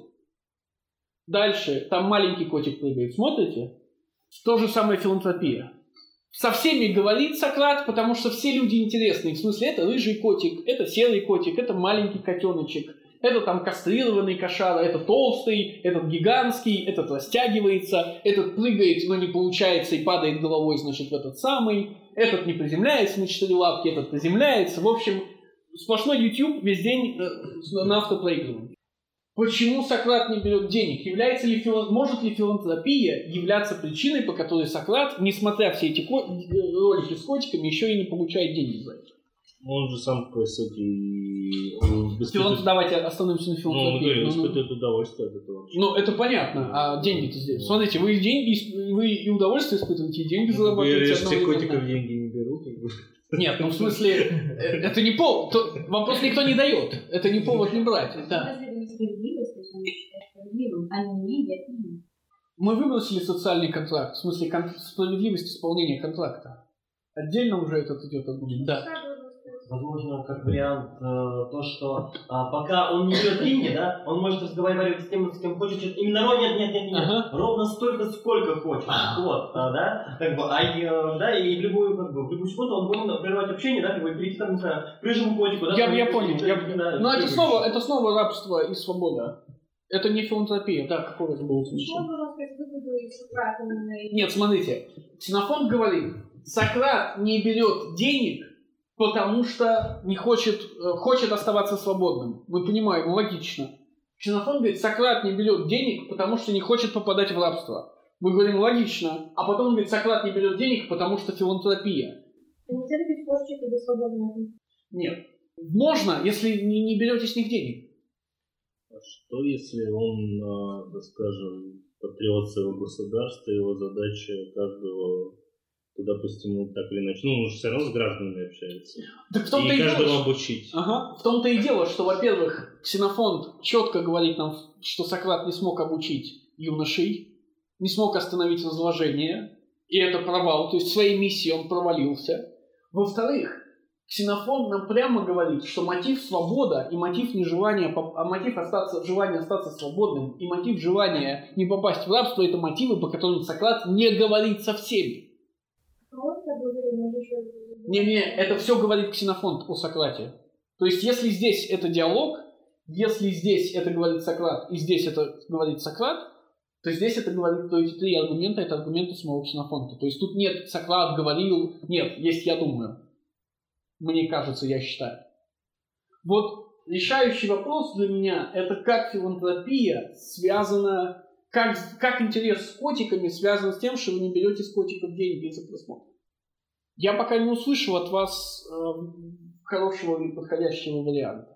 Дальше, там маленький котик прыгает. Смотрите? То же самое филантропия. Со всеми говорит Сократ, потому что все люди интересные. В смысле, это рыжий котик, это серый котик, это маленький котеночек, это там кастрированный кошара, это толстый, этот гигантский, этот растягивается, этот прыгает, но не получается и падает головой, значит, в этот самый, этот не приземляется на четыре лапки, этот приземляется. В общем, сплошной YouTube весь день на автопроигрывании. Почему Сократ не берет денег? Является ли филан... Может ли филантропия являться причиной, по которой Сократ, несмотря все эти ко... ролики с котиками, еще и не получает деньги за это? Он же сам, по сути... Филант... Давайте остановимся на филантропии. Ну, он испытывает удовольствие от этого. Ну, это понятно. А деньги-то здесь? Смотрите, вы, деньги, вы и удовольствие испытываете, и деньги зарабатываете. Все котиков деньги не берут. Нет, ну в смысле, это не повод. Вопрос никто не дает. Это не повод не брать. Да. Мы выбросили социальный контракт, в смысле кон- справедливость исполнения контракта. Отдельно уже этот идет аргумент. Да. Возможно, как вариант, э, то, что а, пока он не берет деньги, да, он может разговаривать с кем, с кем хочет. Именно ровно, нет, нет, нет, нет, ага. ровно столько, сколько хочет. Вот, а, да, как бы, а, и, да, и в любую, как бы, в любую секунду он будет прерывать общение, да, как бы, перейти там, не знаю, к рыжему котику, да. Я, там, я понял. да, Я... Да, Но это снова, это снова рабство и свобода. Это не филантропия. Да, какое это было замечание? Нет, смотрите. Ксенофонт говорит, Сократ не берет денег, потому что не хочет, хочет оставаться свободным. Мы понимаем, логично. Ксенофонт говорит, Сократ не берет денег, потому что не хочет попадать в рабство. Мы говорим, логично. А потом он говорит, Сократ не берет денег, потому что филантропия. Нельзя ли быть позже, когда свободно? Нет. Можно, если не, не берете с них денег. А что если он, так скажем, патриот своего государства, его задача каждого... то, допустим, ну, так или иначе, ну, он же все равно с гражданами общается. Так в том-то и, и каждого дело, обучить. Ага. В том-то и дело, что, во-первых, Ксенофонт четко говорит нам, что Сократ не смог обучить юношей, не смог остановить разложение, и это провал, то есть в своей миссии он провалился. Во-вторых, Ксенофонт нам прямо говорит, что мотив свобода и мотив нежелания, а мотив остаться, желание остаться свободным и мотив желания не попасть в рабство – это мотивы, по которым Сократ не говорит со всеми. Не-не, это все говорит Ксенофонт о Сократе. То есть, если здесь это диалог, если здесь это говорит Сократ, и здесь это говорит Сократ, то здесь это говорит, то эти три аргумента, это аргументы самого Ксенофонта. То есть, тут нет Сократ говорил, нет, есть я думаю. Мне кажется, я считаю. Вот решающий вопрос для меня, это как филантропия связана, как, как интерес с котиками связан с тем, что вы не берете с котиков деньги за просмотр. Я пока не услышал от вас э, хорошего и подходящего варианта.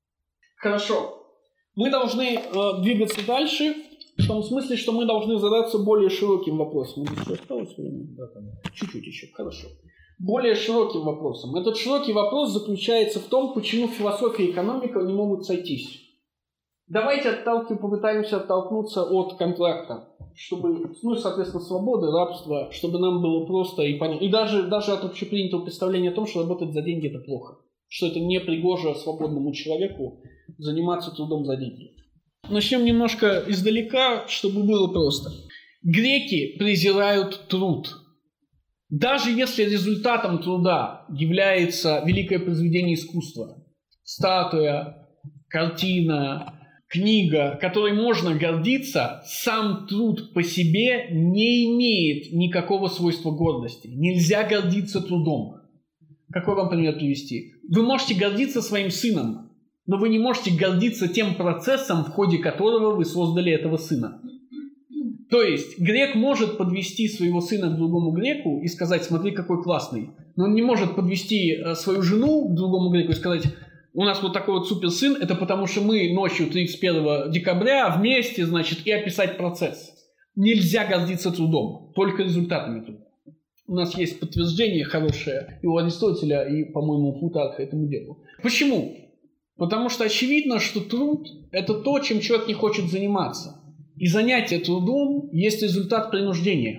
Хорошо. Мы должны э, двигаться дальше, в том смысле, что мы должны задаться более широким вопросом. Еще осталось время? Да, там. Чуть-чуть еще. Хорошо. Более широким вопросом. Этот широкий вопрос заключается в том, почему философия и экономика не могут сойтись. Давайте отталкиваем, попытаемся оттолкнуться от контракта, чтобы, ну, соответственно, свободы, рабства, чтобы нам было просто и понятно. И даже, даже от общепринятого представления о том, что работать за деньги – это плохо. Что это не пригоже свободному человеку заниматься трудом за деньги. Начнем немножко издалека, чтобы было просто. Греки презирают труд. Даже если результатом труда является великое произведение искусства, статуя, картина, книга, которой можно гордиться, сам труд по себе не имеет никакого свойства гордости. Нельзя гордиться трудом. Какой вам пример привести? Вы можете гордиться своим сыном, но вы не можете гордиться тем процессом, в ходе которого вы создали этого сына. То есть грек может подвести своего сына к другому греку и сказать, смотри, какой классный. Но он не может подвести свою жену к другому греку и сказать, у нас вот такой вот суперсын, это потому что мы ночью тридцать первого декабря вместе, значит, и описать процесс. Нельзя гордиться трудом, только результатами труда. У нас есть подтверждение хорошее и у Аристотеля, и, по-моему, у Плутарха этому делу. Почему? Потому что очевидно, что труд – это то, чем человек не хочет заниматься. И занятие трудом есть результат принуждения.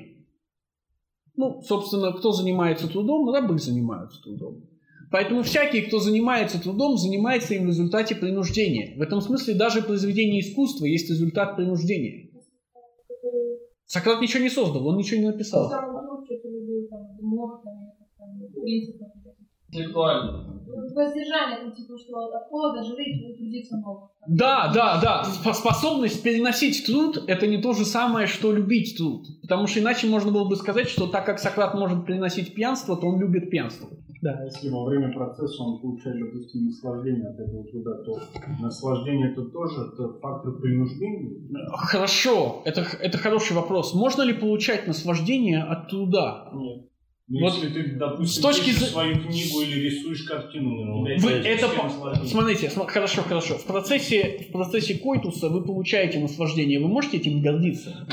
Ну, собственно, кто занимается трудом? Рабы занимаются трудом. Поэтому всякий, кто занимается трудом, занимается им в результате принуждения. В этом смысле даже произведение искусства есть результат принуждения. Сократ ничего не создал, он ничего не написал. Там он что-то любил, там, много там, там, принципов. Интеллектуально. Воздержание, там, типа, что от холода жить, трудиться много. Да, да, да. Сп- Способность переносить труд – это не то же самое, что любить труд. Потому что иначе можно было бы сказать, что так как Сократ может переносить пьянство, то он любит пьянство. Да. Если во время процесса он получает, допустим, наслаждение от этого труда, то наслаждение это тоже это фактор принуждения? Хорошо, это, это хороший вопрос. Можно ли получать наслаждение от труда? Нет. Ну, Вот если ты, допустим, с точки пишешь зрения- свою книгу или рисуешь картину, ну, Вы это это чем по- наслаждение? Смотрите, см- хорошо, хорошо. В процессе, в процессе койтуса вы получаете наслаждение. Вы можете этим гордиться?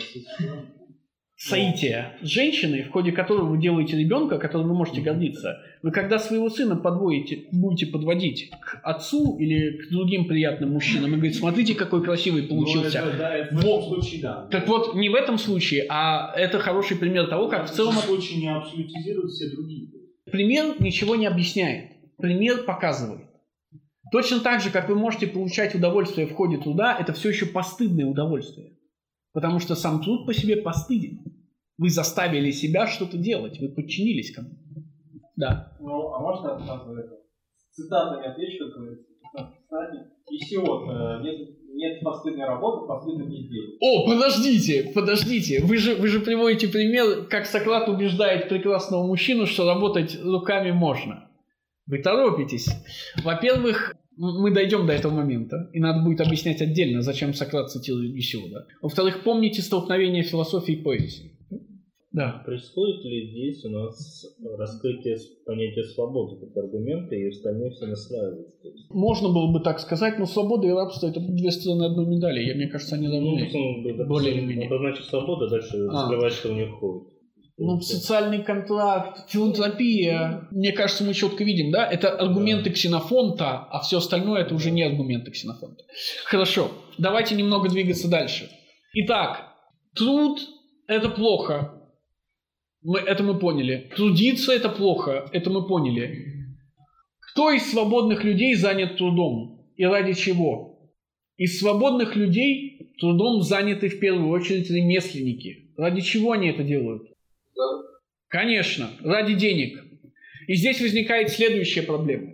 Соитие с женщиной, в ходе которого вы делаете ребенка, которым вы можете гордиться. Вы когда своего сына подводите, будете подводить к отцу или к другим приятным мужчинам и говорите, смотрите, какой красивый получился. Ну, это, да, это в Вот. этом случае, да. Так вот, не в этом случае, а это хороший пример того, как в целом... В этом случае не абсолютизируют все другие. Пример ничего не объясняет. Пример показывает. Точно так же, как вы можете получать удовольствие в ходе труда, это все еще постыдное удовольствие. Потому что сам труд по себе постыден. Вы заставили себя что-то делать, вы подчинились кому-то. Да. Ну, а можно от нас это, с цитатами отвечу, как говорится, кстати. И все, э, нет, нет постыдной работы, постыдных изделий. О, подождите, подождите. Вы же, вы же приводите пример, как Сократ убеждает прекрасного мужчину, что работать руками можно. Вы торопитесь. Во-первых, мы дойдем до этого момента, и надо будет объяснять отдельно, зачем Сократ цитирует Гесиода. Во-вторых, помните столкновение философии и поэзии. Да. Происходит ли здесь у нас раскрытие понятия свободы как аргумента, и остальные все наслаиваются? Можно было бы так сказать, но свобода и рабство – это две стороны одной медали. Я, мне кажется, они Ну, равны. допустим, Более или менее. обозначить свободу, дальше А. скрывать, что у них ходит. Ну, социальный контракт, филантропия. Мне кажется, мы четко видим, да? Это аргументы Ксенофонта, а все остальное это уже не аргументы Ксенофонта. Хорошо, давайте немного двигаться дальше. Итак, труд – это плохо. Мы, это мы поняли. Трудиться – это плохо. Это мы поняли. Кто из свободных людей занят трудом? И ради чего? Из свободных людей трудом заняты в первую очередь ремесленники. Ради чего они это делают? Конечно, ради денег. И здесь возникает следующая проблема.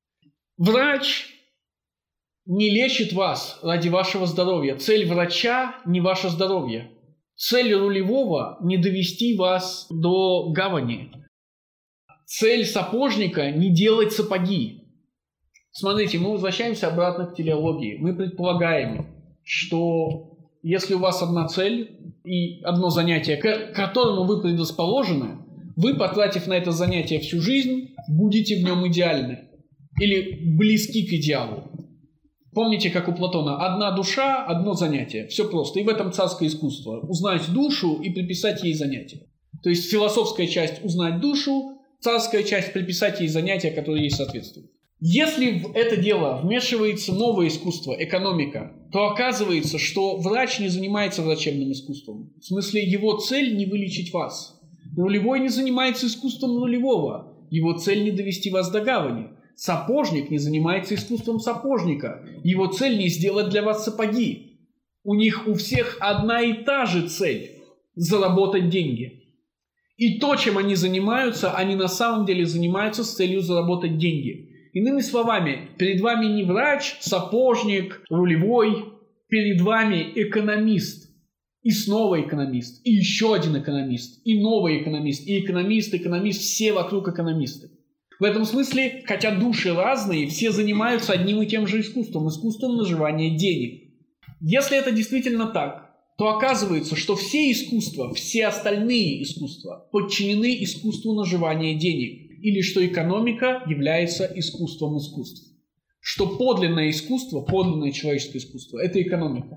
Врач не лечит вас ради вашего здоровья. Цель врача не ваше здоровье. Цель рулевого не довести вас до гавани. Цель сапожника не делать сапоги. Смотрите, мы возвращаемся обратно к телеологии. Мы предполагаем, что если у вас одна цель и одно занятие, к которому вы предрасположены, вы, потратив на это занятие всю жизнь, будете в нем идеальны или близки к идеалу. Помните, как у Платона, одна душа, одно занятие. Все просто. И в этом царское искусство. Узнать душу и приписать ей занятие. То есть философская часть узнать душу, царская часть приписать ей занятия, которые ей соответствуют. Если в это дело вмешивается новое искусство, экономика, то оказывается, что врач не занимается врачебным искусством. В смысле, его цель не вылечить вас. Рулевой не занимается искусством рулевого. Его цель не довести вас до гавани. Сапожник не занимается искусством сапожника. Его цель не сделать для вас сапоги. У них у всех одна и та же цель – заработать деньги. И то, чем они занимаются, они на самом деле занимаются с целью заработать деньги. Иными словами, перед вами не врач, сапожник, рулевой, перед вами экономист. И снова экономист, и еще один экономист, и новый экономист, и экономист, экономист, все вокруг экономисты. В этом смысле, хотя души разные, все занимаются одним и тем же искусством, искусством наживания денег. Если это действительно так, то оказывается, что все искусства, все остальные искусства подчинены искусству наживания денег, или что экономика является искусством искусств. Что подлинное искусство, подлинное человеческое искусство – это экономика.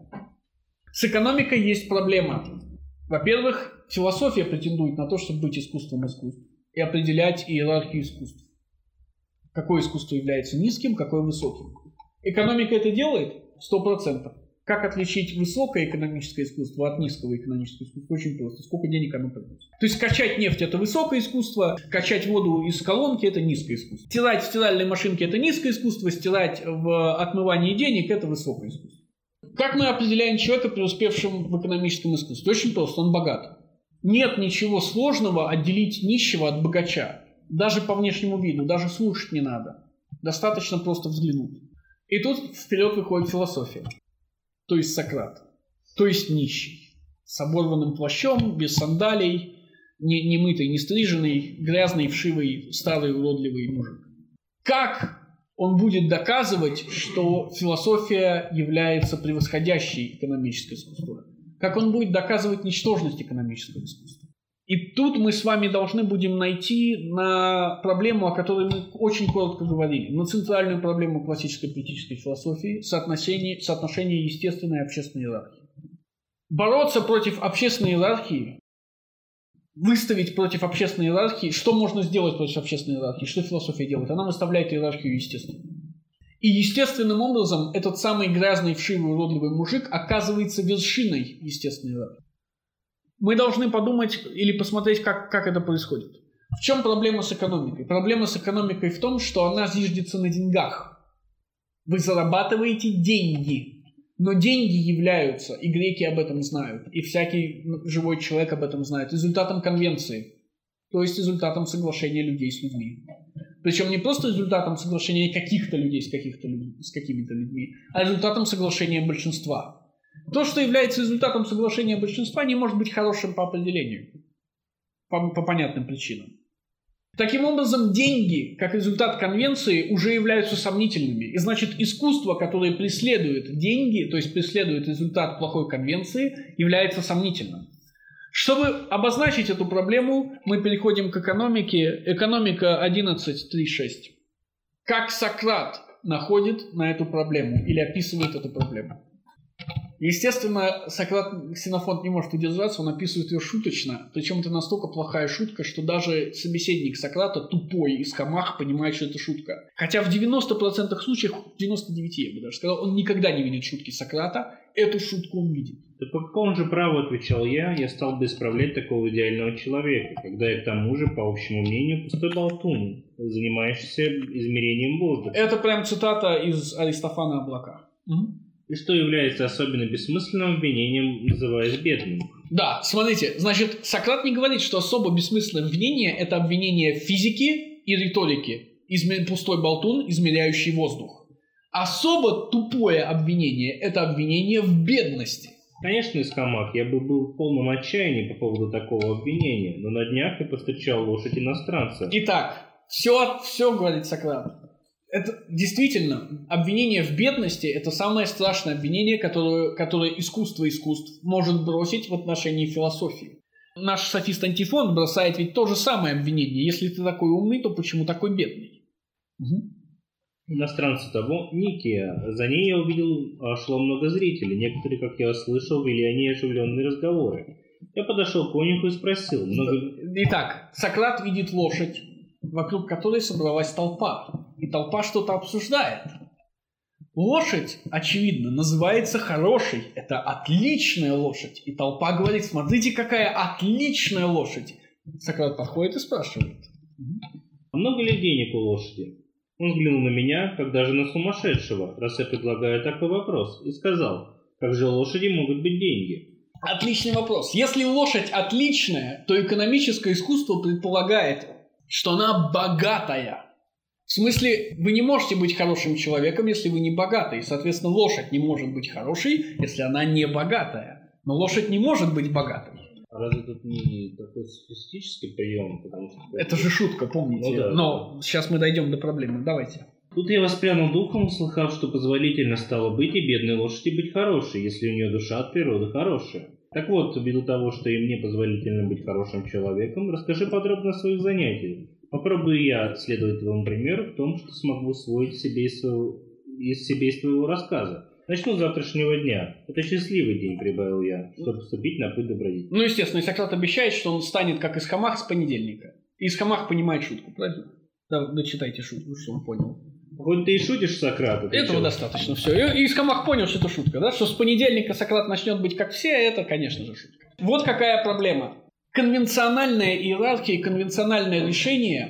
С экономикой есть проблема. Во-первых, философия претендует на то, чтобы быть искусством искусств и определять иерархию искусств. Какое искусство является низким, какое высоким. Экономика это делает сто процентов. Как отличить высокое экономическое искусство от низкого экономического искусства? Очень просто. Сколько денег оно приносит. То есть качать нефть – это высокое искусство, качать воду из колонки – это низкое искусство. Стирать в стиральной машинке – это низкое искусство, стирать в отмывании денег – это высокое искусство. Как мы определяем человека, преуспевшим в экономическом искусстве? Очень просто, он богат. Нет ничего сложного отделить нищего от богача. Даже по внешнему виду, даже слушать не надо. Достаточно просто взглянуть. И тут вперед выходит философия. То есть Сократ. То есть нищий. С оборванным плащом, без сандалий, не, не мытый, не стриженный, грязный, вшивый, старый, уродливый мужик. Как он будет доказывать, что философия является превосходящей экономическое искусство? Как он будет доказывать ничтожность экономического искусства? И тут мы с вами должны будем найти на проблему, о которой мы очень коротко говорили, на центральную проблему классической политической философии соотношение, соотношение естественной и общественной иерархии. Бороться против общественной иерархии, выставить против общественной иерархии, что можно сделать против общественной иерархии, что философия делает? Она выставляет иерархию естественную. И естественным образом этот самый грязный, вшивый, уродливый мужик оказывается вершиной естественной иерархии. Мы должны подумать или посмотреть, как, как это происходит. В чем проблема с экономикой? Проблема с экономикой в том, что она зиждется на деньгах. Вы зарабатываете деньги. Но деньги являются, и греки об этом знают, и всякий живой человек об этом знает, результатом конвенции. То есть результатом соглашения людей с людьми. Причем не просто результатом соглашения каких-то людей с, каких-то людьми, с какими-то людьми, а результатом соглашения большинства. То, что является результатом соглашения большинства, не может быть хорошим по определению. По, по понятным причинам. Таким образом, деньги, как результат конвенции, уже являются сомнительными. И значит, искусство, которое преследует деньги, то есть преследует результат плохой конвенции, является сомнительным. Чтобы обозначить эту проблему, мы переходим к экономике. Экономика одиннадцать три шесть. Как Сократ находит на эту проблему или описывает эту проблему? Естественно, Сократ, Ксенофонт не может удержаться, он описывает ее шуточно. Причем это настолько плохая шутка, что даже собеседник Сократа, тупой из Камах, понимает, что это шутка. Хотя в девяноста процентах случаев, в девяноста девяти я бы даже сказал, он никогда не видит шутки Сократа, эту шутку он видит. Да по какому же праву, отвечал я, я стал бы исправлять такого идеального человека, когда я к тому же, по общему мнению, пустой болтун, занимающийся измерением воздуха. Это прям цитата из Аристофана о облаках. Угу. И что является особенно бессмысленным обвинением, называясь бедным. Да, смотрите, значит, Сократ не говорит, что особо бессмысленное обвинение – это обвинение в физике и риторике, измер... пустой болтун, измеряющий воздух. Особо тупое обвинение – это обвинение в бедности. Конечно, Искамах, я бы был в полном отчаянии по поводу такого обвинения, но на днях я повстречал лошадь иностранца. Итак, все, все говорит Сократ. Это действительно, обвинение в бедности – это самое страшное обвинение, которое, которое искусство искусств может бросить в отношении философии. Наш софист Антифон бросает ведь то же самое обвинение. Если ты такой умный, то почему такой бедный? Угу. Иностранцы того, Никия. За ней я увидел, шло много зрителей. Некоторые, как я слышал, вели они оживленные разговоры. Я подошел к конюху и спросил. Много... Итак, Сократ видит лошадь, вокруг которой собралась толпа. И толпа что-то обсуждает. Лошадь, очевидно, называется хорошей. Это отличная лошадь. И толпа говорит, смотрите, какая отличная лошадь. Сократ подходит и спрашивает. Много ли денег у лошади? Он взглянул на меня, как даже на сумасшедшего, раз я предлагаю такой вопрос, и сказал, как же у лошади могут быть деньги? Отличный вопрос. Если лошадь отличная, то экономическое искусство предполагает, что она богатая. В смысле, вы не можете быть хорошим человеком, если вы не богатый. Соответственно, лошадь не может быть хорошей, если она не богатая. Но лошадь не может быть богатой. А разве тут не такой софистический прием? Потому что... Это же шутка, помните. Ну, да, но да. Сейчас мы дойдем до проблемы. Давайте. Тут я воспрянул духом, услыхав, что позволительно стало быть и бедной лошади быть хорошей, если у нее душа от природы хорошая. Так вот, ввиду того, что и мне позволительно быть хорошим человеком, расскажи подробно о своих занятиях. Попробую я следовать твоему примеру в том, что смогу усвоить себе из, своего, из себе из твоего рассказа. Начну с завтрашнего дня. Это счастливый день, прибавил я, чтобы вступить на путь добродетели. Ну, естественно, и Сократ обещает, что он станет как Искамах с понедельника. И Искамах понимает шутку, правильно? Да, дочитайте шутку, что он понял. Хоть ты и шутишь, Сократ. Этого достаточно, все. И Искамах понял, что это шутка, да? Что с понедельника Сократ начнет быть как все, это, конечно же, шутка. Вот какая проблема. Конвенциональная иерархия и конвенциональное решение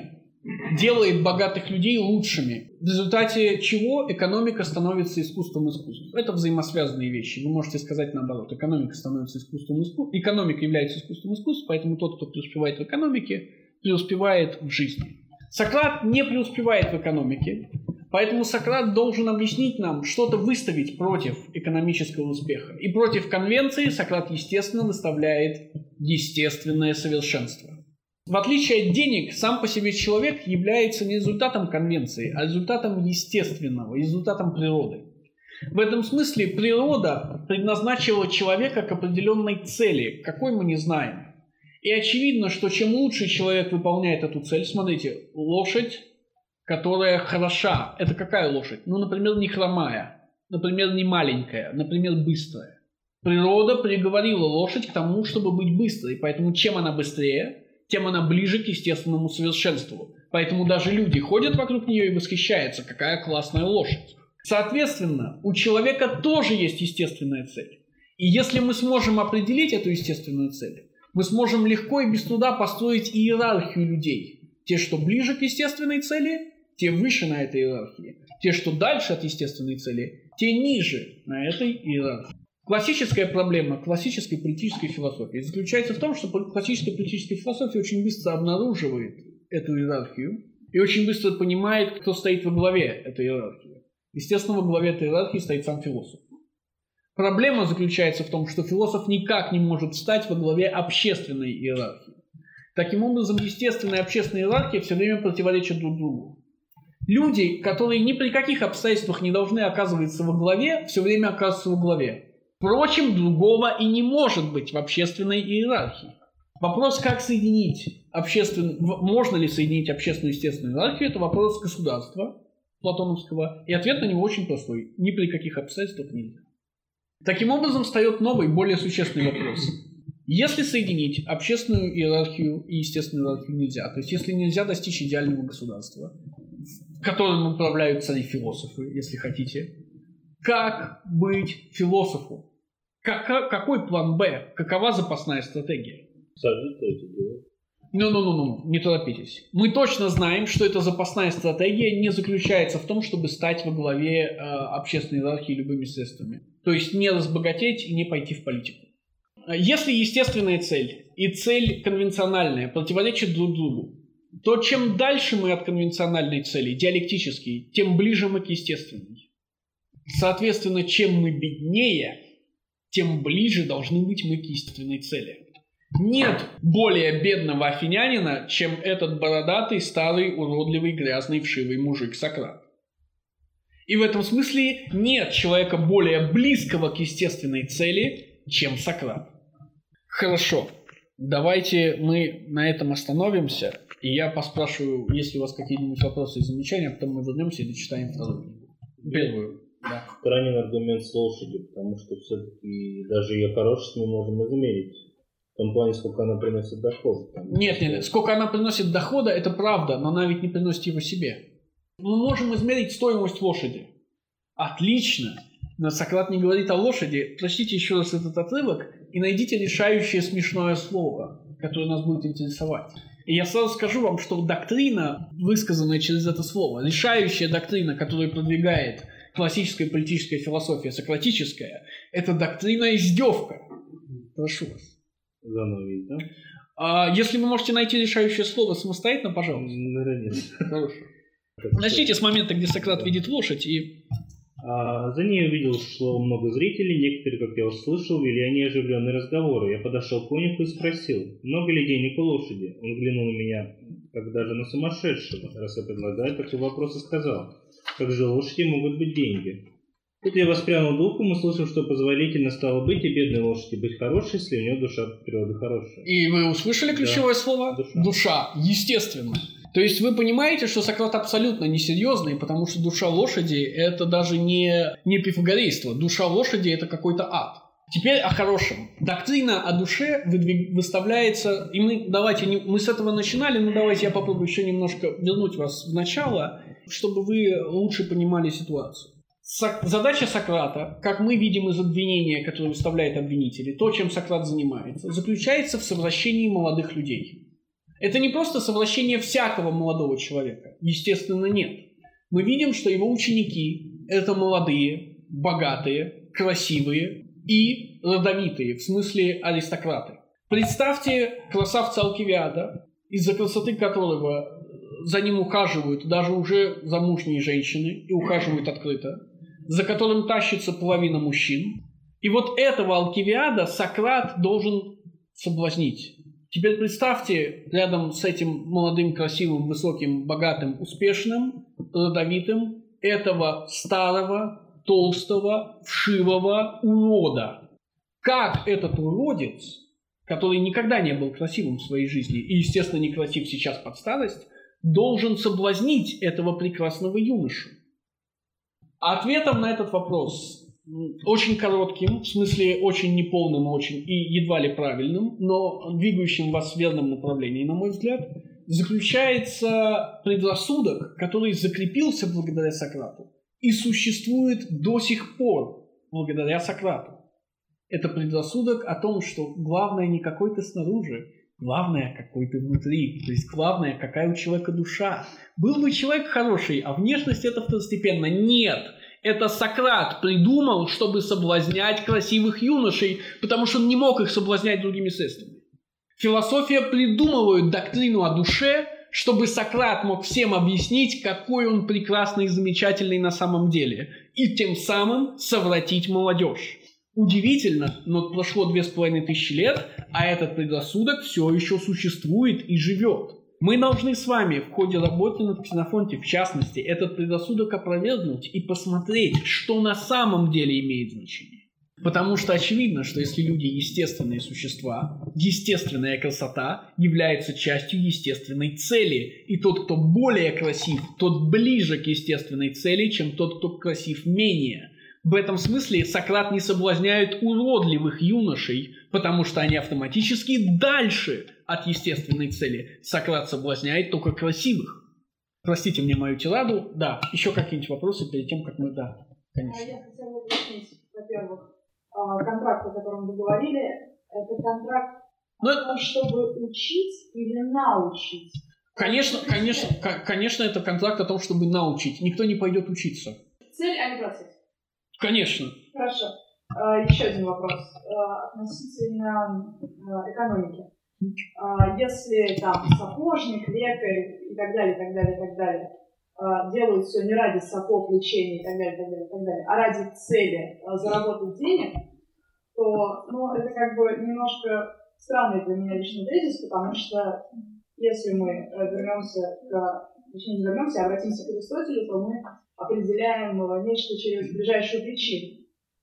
делает богатых людей лучшими, в результате чего экономика становится искусством искусств. Это взаимосвязанные вещи. Вы можете сказать наоборот. Экономика становится искусством искусств. Экономика является искусством искусств, поэтому тот, кто преуспевает в экономике, преуспевает в жизни. Сократ не преуспевает в экономике, поэтому Сократ должен объяснить нам, что-то выставить против экономического успеха. И против конвенции Сократ, естественно, выставляет естественное совершенство. В отличие от денег, сам по себе человек является не результатом конвенции, а результатом естественного, результатом природы. В этом смысле природа предназначила человека к определенной цели, какой мы не знаем. И очевидно, что чем лучше человек выполняет эту цель, смотрите, лошадь, которая хороша, это какая лошадь? Ну, например, не хромая, например, не маленькая, например, быстрая. Природа приговорила лошадь к тому, чтобы быть быстрой, поэтому чем она быстрее, тем она ближе к естественному совершенству. Поэтому даже люди ходят вокруг нее и восхищаются, какая классная лошадь. Соответственно, у человека тоже есть естественная цель. И если мы сможем определить эту естественную цель, мы сможем легко и без труда построить иерархию людей. Те, что ближе к естественной цели, те выше на этой иерархии. Те, что дальше от естественной цели, те ниже на этой иерархии. Классическая проблема классической политической философии заключается в том, что классическая политическая философия очень быстро обнаруживает эту иерархию и очень быстро понимает, кто стоит во главе этой иерархии. Естественно, во главе этой иерархии стоит сам философ. Проблема заключается в том, что философ никак не может стать во главе общественной иерархии. Таким образом, естественная и общественная иерархия все время противоречат друг другу. Люди, которые ни при каких обстоятельствах не должны оказываться во главе, все время оказываются во главе. Впрочем, другого и не может быть в общественной иерархии. Вопрос, как соединить общественную, можно ли соединить общественную и естественную иерархию, это вопрос государства платоновского, и ответ на него очень простой. Ни при каких обстоятельствах нельзя. Таким образом, встает новый, более существенный вопрос. Если соединить общественную иерархию и естественную иерархию нельзя, то есть если нельзя достичь идеального государства, которым управляют цари-философы, если хотите, как быть философу? Как, какой план Б? Какова запасная стратегия? Ну-ну-ну-ну, не торопитесь. Мы точно знаем, что эта запасная стратегия не заключается в том, чтобы стать во главе э, общественной иерархии любыми средствами. То есть не разбогатеть и не пойти в политику. Если естественная цель и цель конвенциональная противоречат друг другу, то чем дальше мы от конвенциональной цели, диалектически, тем ближе мы к естественной. Соответственно, чем мы беднее, тем ближе должны быть мы к естественной цели. Нет более бедного афинянина, чем этот бородатый, старый, уродливый, грязный, вшивый мужик Сократ. И в этом смысле нет человека более близкого к естественной цели, чем Сократ. Хорошо, давайте мы на этом остановимся, и я поспрашиваю, есть ли у вас какие-нибудь вопросы и замечания, а потом мы вернемся и дочитаем вторую книгу. Первую. Да. Странен аргумент с лошадью, потому что все-таки даже ее хорошесть мы можем измерить. В том плане, сколько она приносит дохода. Нет, нет, нет, сколько она приносит дохода, это правда, но она ведь не приносит его себе. Мы можем измерить стоимость лошади. Отлично. Но Сократ не говорит о лошади. Прочтите еще раз этот отрывок и найдите решающее смешное слово, которое нас будет интересовать. И я сразу скажу вам, что доктрина, высказанная через это слово, решающая доктрина, которую продвигает классическая политическая философия, сократическая, это доктрина-издевка. Прошу вас. Заново, да? А, если вы можете найти решающее слово самостоятельно, пожалуйста. Наверное, нет. Хорошо. Начните с момента, где Сократ видит лошадь и... А, за ней увидел, шло много зрителей, некоторые, как я услышал, вели они оживленные разговоры. Я подошел к конюху и спросил, много ли денег у лошади? Он взглянул на меня, как даже на сумасшедшего, раз я предлагаю такой вопрос, и сказал, как же у лошади могут быть деньги? Тут я воспрянул духом, услышав, что позволительно стало быть и бедной лошади быть хорошей, если у нее душа природы хорошая. И вы услышали ключевое да. слово? Душа. Душа, естественно. То есть вы понимаете, что Сократ абсолютно несерьезный, потому что душа лошади – это даже не, не пифагорейство. Душа лошади – это какой-то ад. Теперь о хорошем. Доктрина о душе выставляется, и мы, давайте, мы с этого начинали, но давайте я попробую еще немножко вернуть вас в начало, чтобы вы лучше понимали ситуацию. Задача Сократа, как мы видим из обвинения, которое выставляет обвинители, то, чем Сократ занимается, заключается в совращении молодых людей. Это не просто совращение всякого молодого человека. Естественно, нет. Мы видим, что его ученики – это молодые, богатые, красивые и родовитые, в смысле аристократы. Представьте красавца Алкивиада, из-за красоты которого за ним ухаживают даже уже замужние женщины и ухаживают открыто, за которым тащится половина мужчин. И вот этого Алкивиада Сократ должен соблазнить. Теперь представьте рядом с этим молодым, красивым, высоким, богатым, успешным, родовитым этого старого, толстого, вшивого урода. Как этот уродец, который никогда не был красивым в своей жизни и, естественно, не красив сейчас под старость, должен соблазнить этого прекрасного юношу? Ответом на этот вопрос, очень коротким, в смысле очень неполным очень и едва ли правильным, но двигающим вас в верном направлении, на мой взгляд, заключается предрассудок, который закрепился благодаря Сократу и существует до сих пор благодаря Сократу. Это предрассудок о том, что главное не какой-то снаружи, главное какой ты внутри, то есть главное, какая у человека душа. Был бы человек хороший, а внешность это второстепенно. Нет! Это Сократ придумал, чтобы соблазнять красивых юношей, потому что он не мог их соблазнять другими средствами. Философия придумывает доктрину о душе, чтобы Сократ мог всем объяснить, какой он прекрасный и замечательный на самом деле, и тем самым совратить молодежь. Удивительно, но прошло две с половиной тысячи лет, а этот предрассудок все еще существует и живет. Мы должны с вами в ходе работы над Ксенофонтием, в частности, этот предрассудок опровергнуть и посмотреть, что на самом деле имеет значение. Потому что очевидно, что если люди естественные существа, естественная красота является частью естественной цели. И тот, кто более красив, тот ближе к естественной цели, чем тот, кто красив менее. В этом смысле Сократ не соблазняет уродливых юношей, потому что они автоматически дальше от естественной цели. Сократ соблазняет только красивых. Простите мне мою тираду. Да, еще какие-нибудь вопросы перед тем, как мы... Да, конечно. Я хотела уточнить, во-первых, контракт, о котором вы говорили, это контракт Но... о том, чтобы учить или научить? Конечно, конечно, конечно, это контракт о том, чтобы научить. Никто не пойдет учиться. Цель, а не процесс? Конечно. Хорошо. Еще один вопрос относительно экономики. Если там сапожник, лекарь и так далее, и так далее, и так далее делают все не ради сапог, лечения и так далее, и так далее, и так далее, а ради цели заработать денег, то ну, это как бы немножко странный для меня личный тезис, потому что если мы вернемся к, точнее не вернемся, а обратимся к Аристотелю, то мы определяем нечто через ближайшую причину.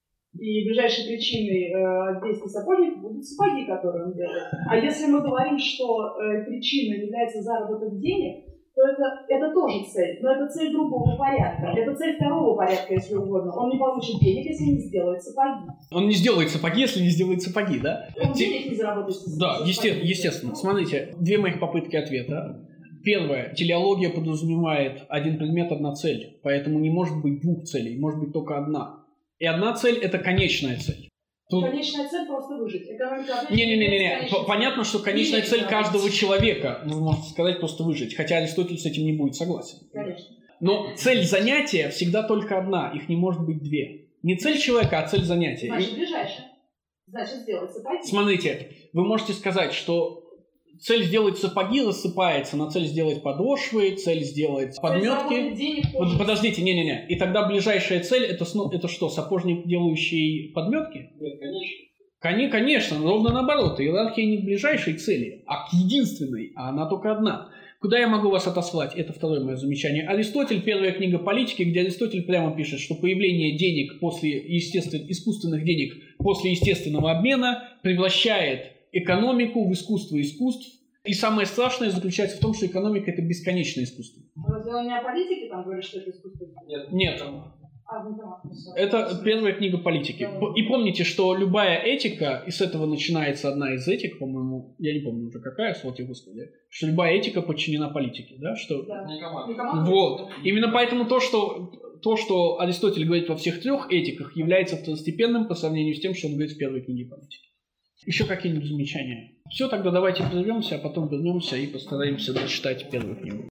И ближайшей причиной э, действия сапожника будут сапоги, которые он делает. А если мы говорим, что э, причиной является заработок денег, то это, это тоже цель. Но это цель другого порядка. Это цель второго порядка, если угодно. Он не получит денег, если не сделает сапоги. Он не сделает сапоги, если не сделает сапоги, да? Он Те... денег не заработает. Да, есте... естественно. Смотрите, две моих попытки ответа. Первое. Телеология подразумевает один предмет, одна цель. Поэтому не может быть двух целей, может быть только одна. И одна цель – это конечная цель. Тут... Конечная цель – просто выжить. Не-не-не, понятно, что конечная цель каждого человека, ну, можно сказать, просто выжить. Хотя Аристотель с этим не будет согласен. Конечно. Но цель занятия всегда только одна, их не может быть две. Не цель человека, а цель занятия. Значит, ближайшая. Значит, сделать сапоги. Смотрите, вы можете сказать, что цель сделать сапоги рассыпается на цель сделать подошвы, цель сделать подметки. Вот, подождите, не-не-не. И тогда ближайшая цель это, это что, сапожник, делающий подметки? Нет, конечно. Кони, конечно, ровно наоборот. Иерархия не к ближайшей цели, а к единственной, а она только одна. Куда я могу вас отослать? Это второе мое замечание. Аристотель, первая книга политики, где Аристотель прямо пишет, что появление денег после естествен... искусственных денег после естественного обмена превращает экономику в искусство искусств. И самое страшное заключается в том, что экономика – это бесконечное искусство. Разве не о политике там говорит, что это искусство? Нет. Нет. А, ну, да, это первая книга политики. И помните, что любая этика, и с этого начинается одна из этик, по-моему, я не помню уже какая, слава Господи, что любая этика подчинена политике. Да? Что... Да. Вот. Именно поэтому то что, то, что Аристотель говорит во всех трех этиках, является второстепенным по сравнению с тем, что он говорит в первой книге политики. Еще какие-нибудь замечания? Все, тогда давайте прервемся, а потом вернемся и постараемся дочитать первую книгу.